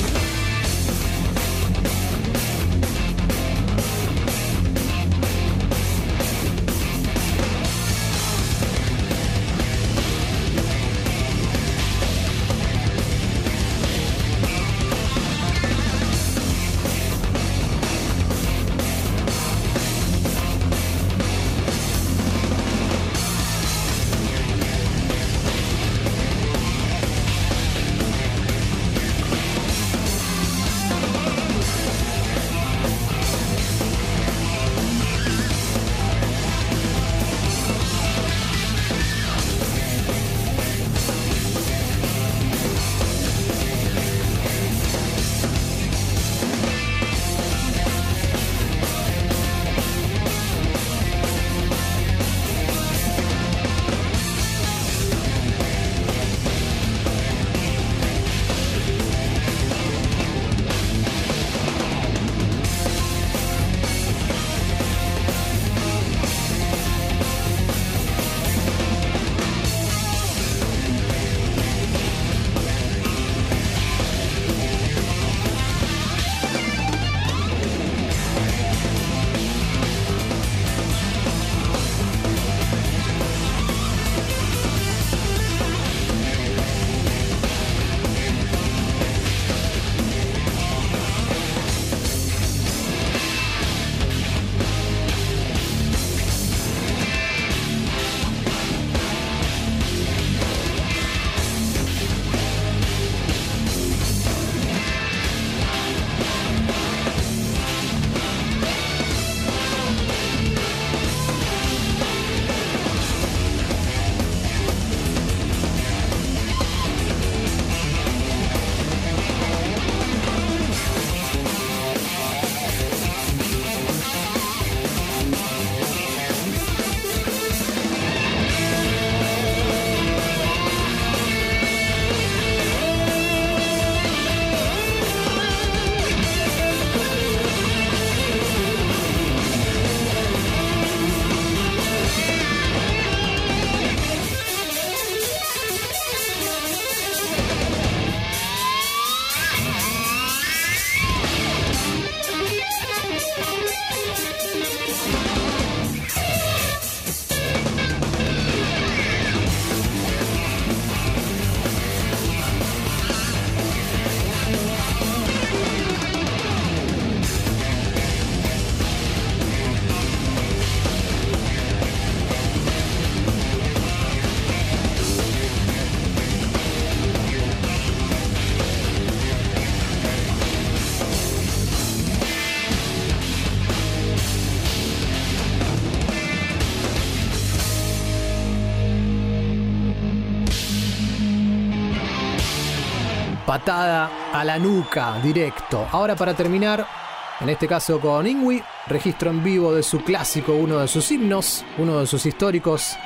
Patada a la nuca, directo. Ahora para terminar, en este caso con Yngwie, registro en vivo de su clásico, uno de sus himnos, uno de sus históricos.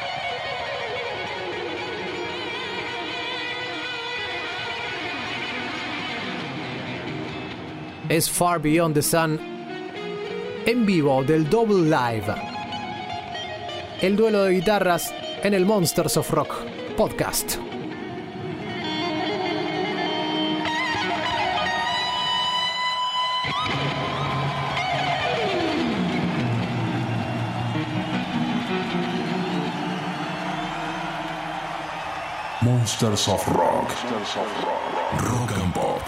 Es Far Beyond the Sun, en vivo del Double Live. El duelo de guitarras en el Monsters of Rock podcast. Monsters of Rock. Rock and Pop.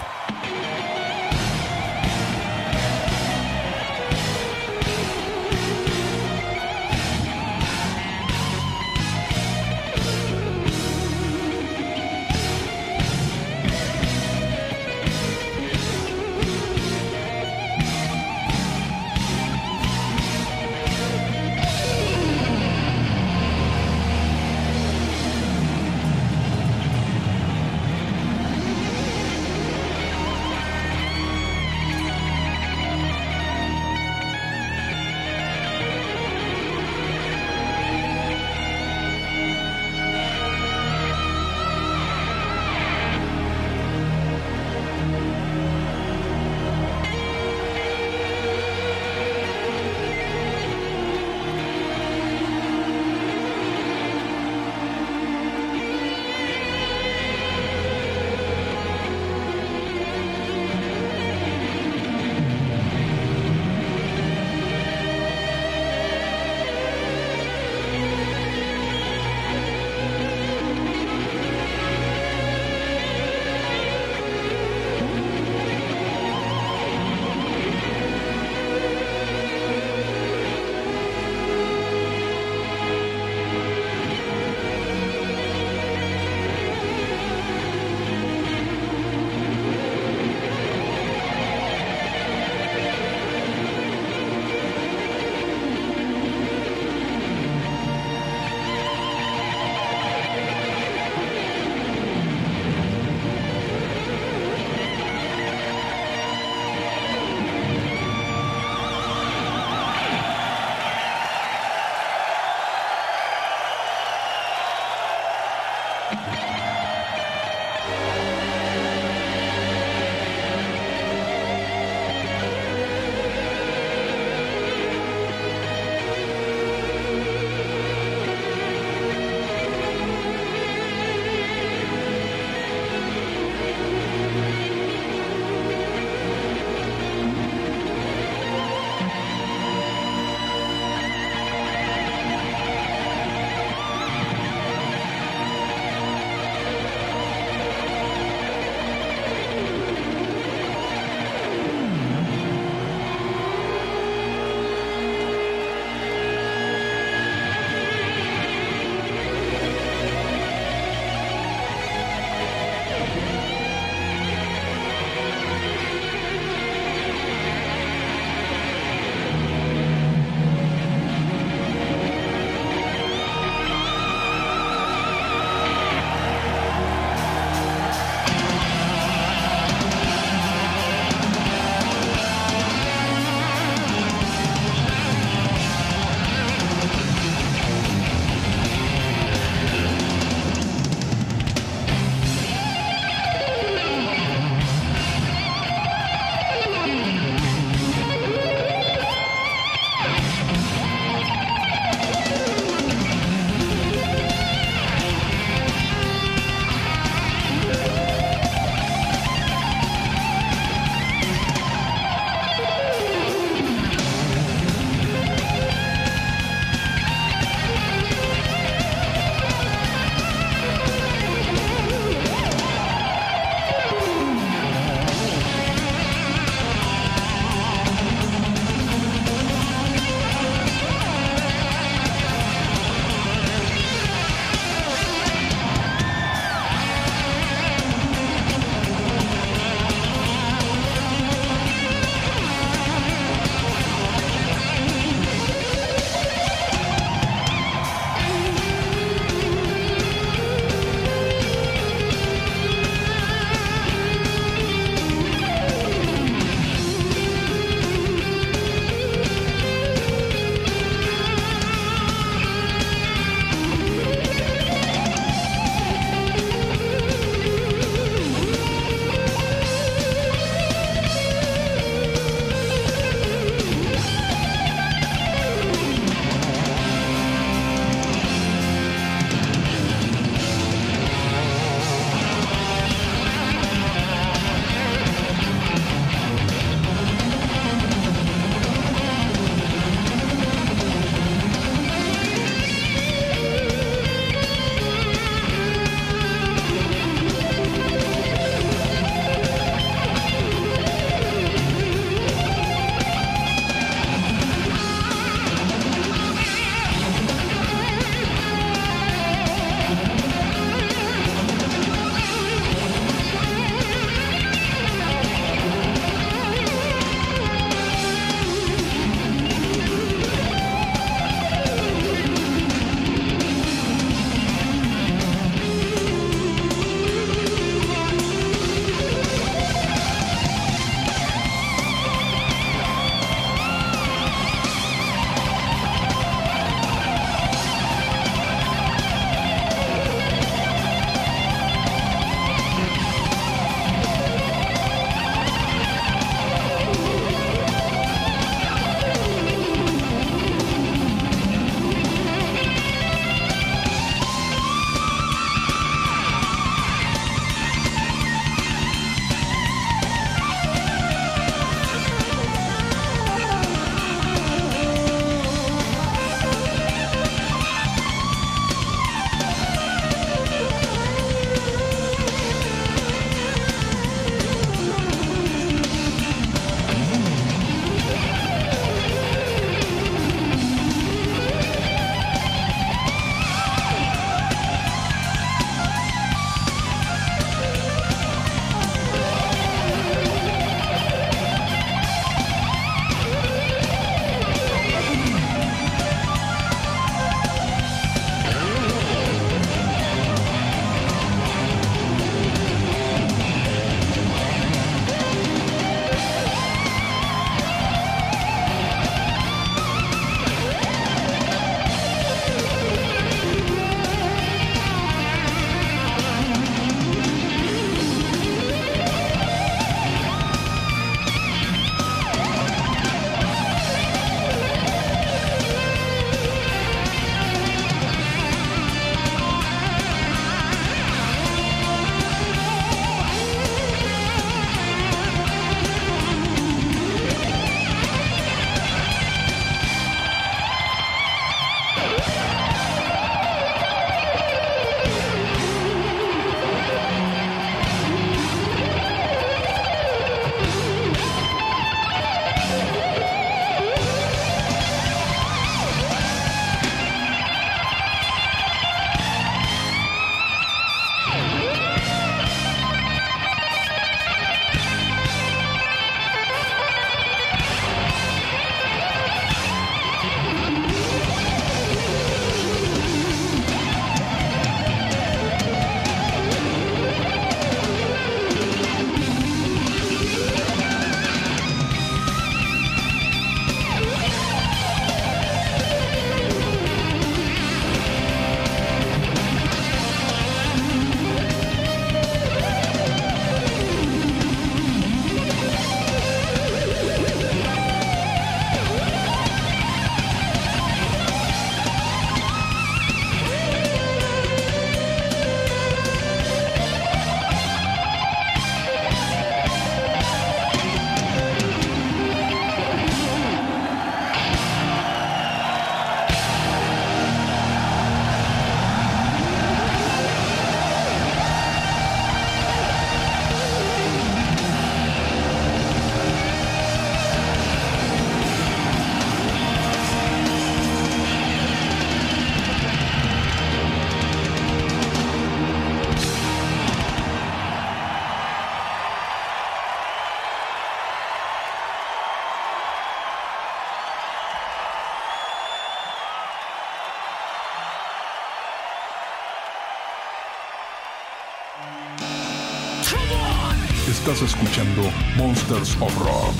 Estás escuchando Monsters of Rock.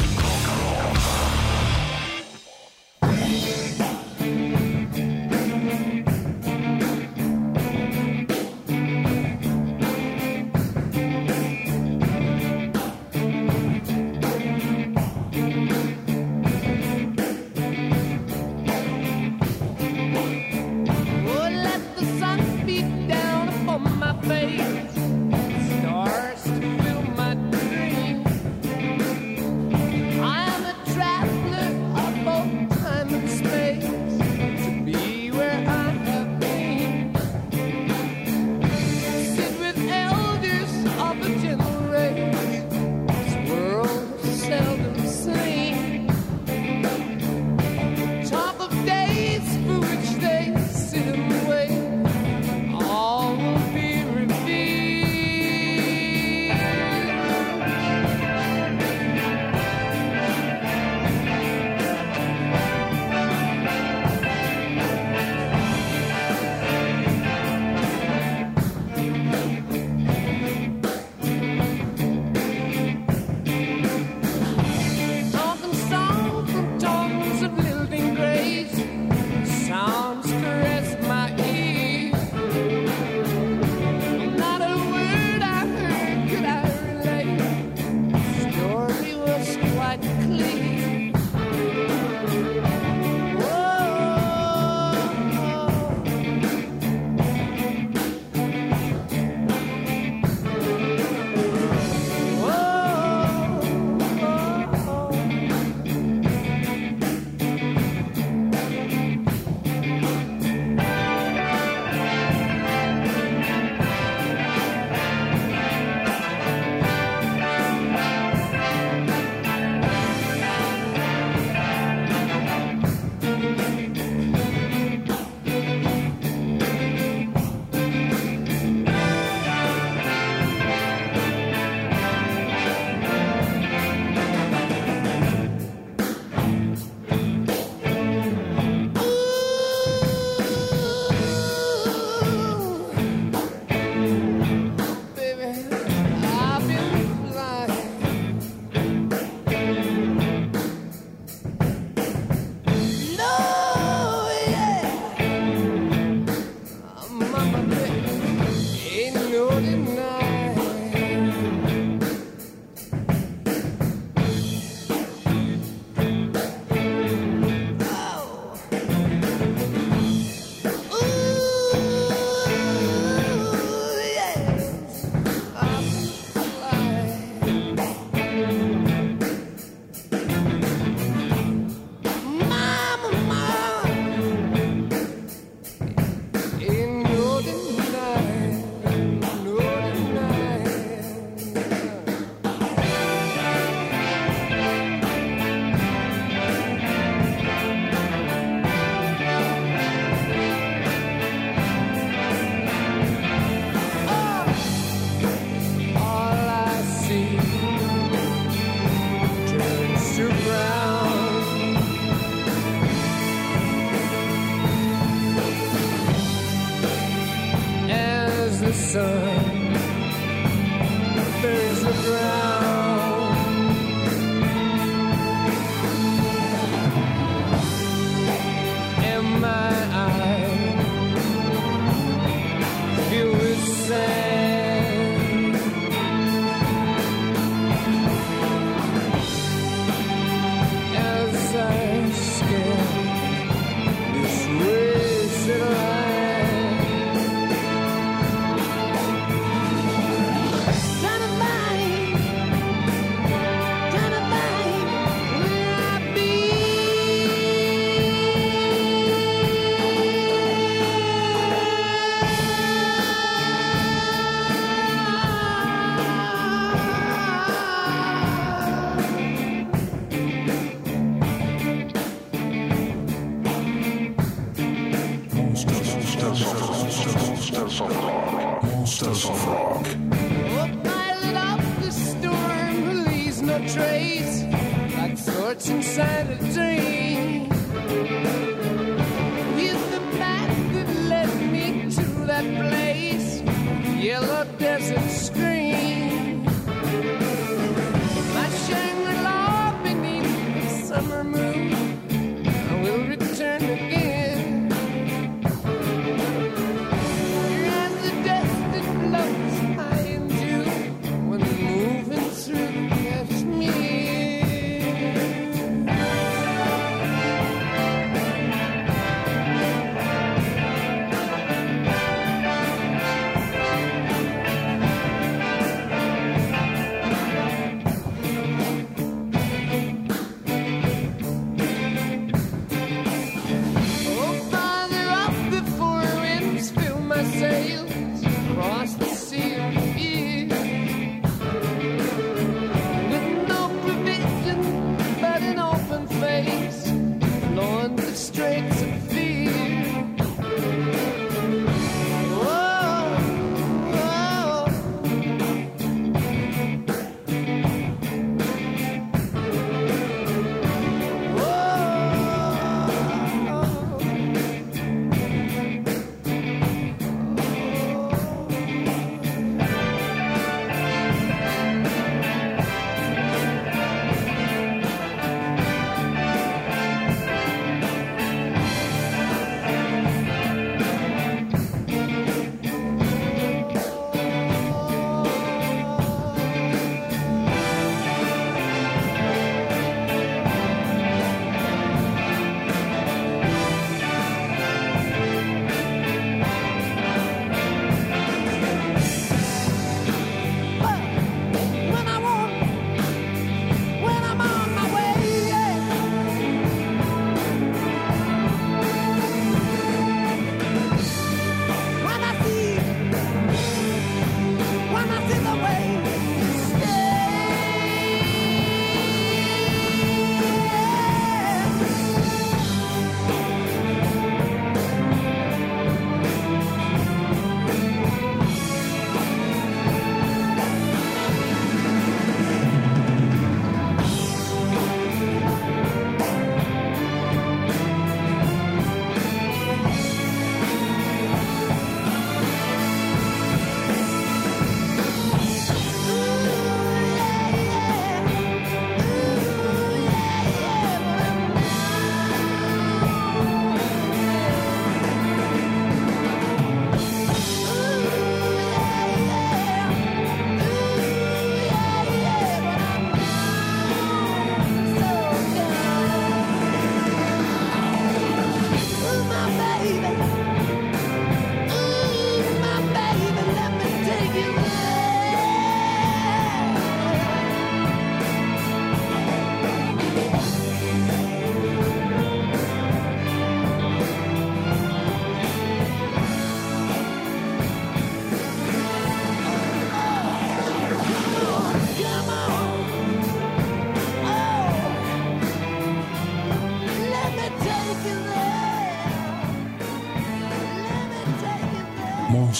Monsters of Rock. Monsters of Rock. Oh, pilot of the storm who leaves no trace, like thoughts inside a dream. He's the path that led me to that place, yellow desert screen.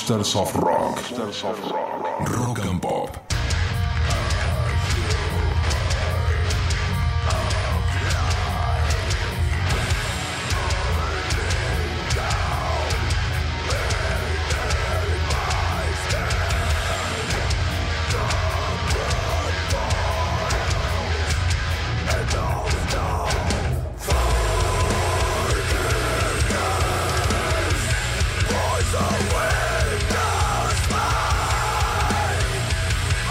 Monsters of Rock. Rock and Pop. The wind goes by.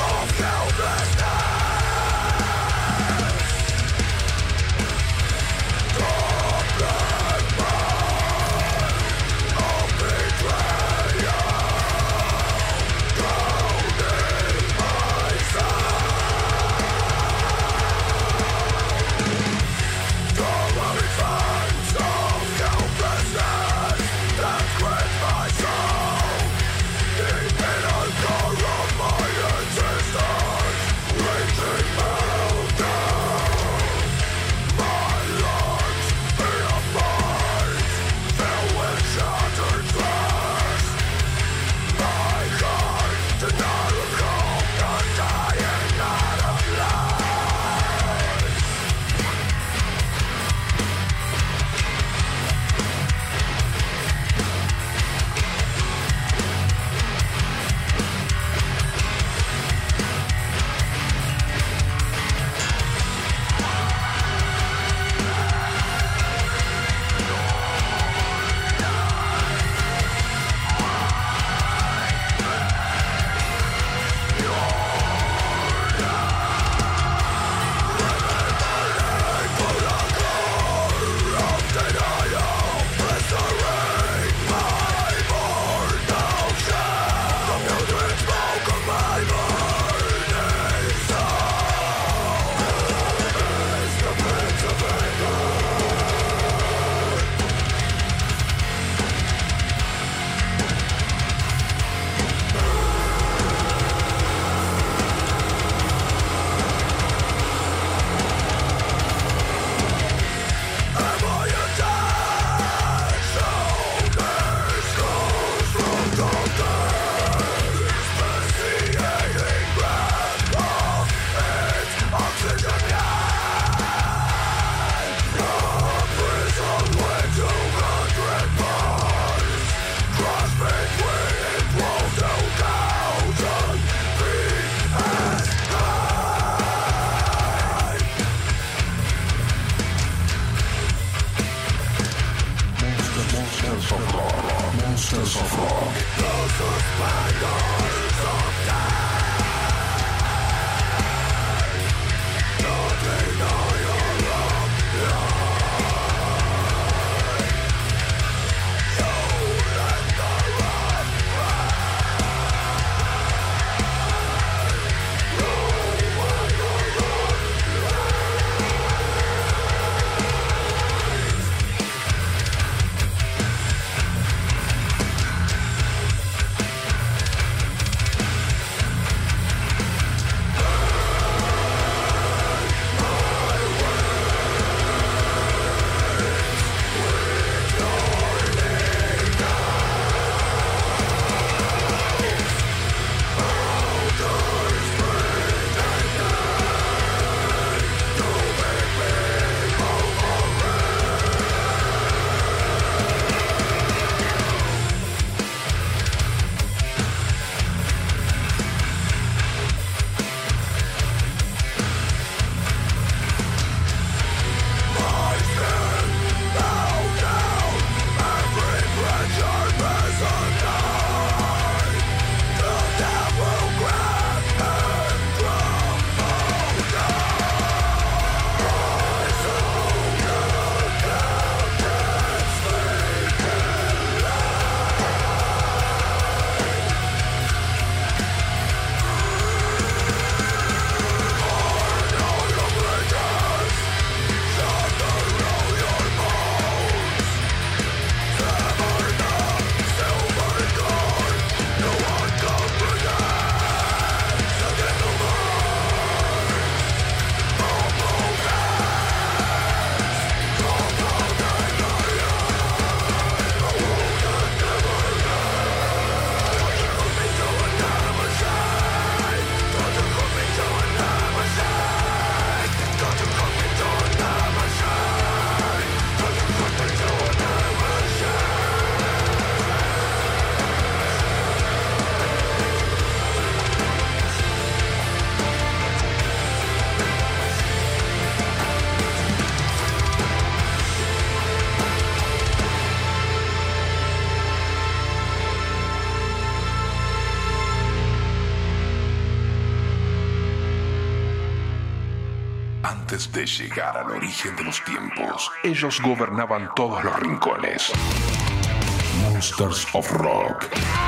Antes de llegar al origen de los tiempos, ellos gobernaban todos los rincones. Monsters of Rock.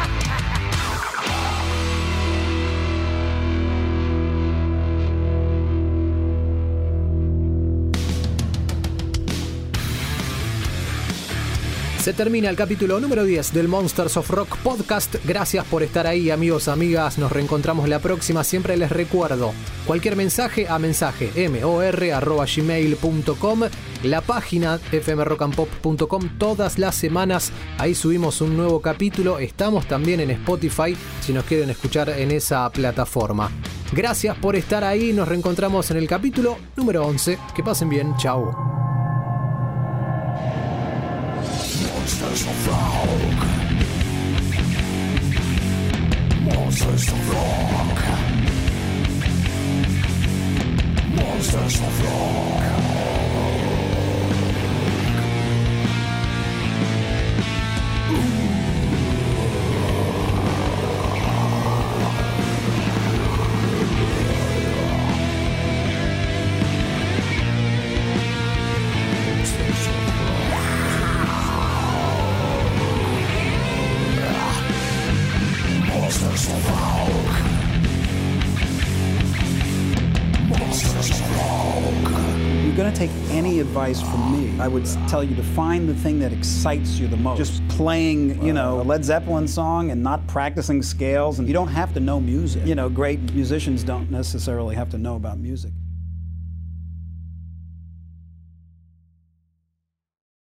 Se termina el capítulo número diez del Monsters of Rock Podcast. Gracias por estar ahí, amigos, amigas. Nos reencontramos la próxima. Siempre les recuerdo, cualquier mensaje a mensaje mor arroba gmail punto com, la página f m rock and pop punto com. Todas las semanas ahí subimos un nuevo capítulo. Estamos también en Spotify si nos quieren escuchar en esa plataforma. Gracias por estar ahí. Nos reencontramos en el capítulo número once. Que pasen bien. Chao. Monsters of Rock. Monsters of Rock. Monsters of Rock. Take any advice from me, I would tell you to find the thing that excites you the most. Just playing, you know, a Led Zeppelin song and not practicing scales, and you don't have to know music. You know, great musicians don't necessarily have to know about music.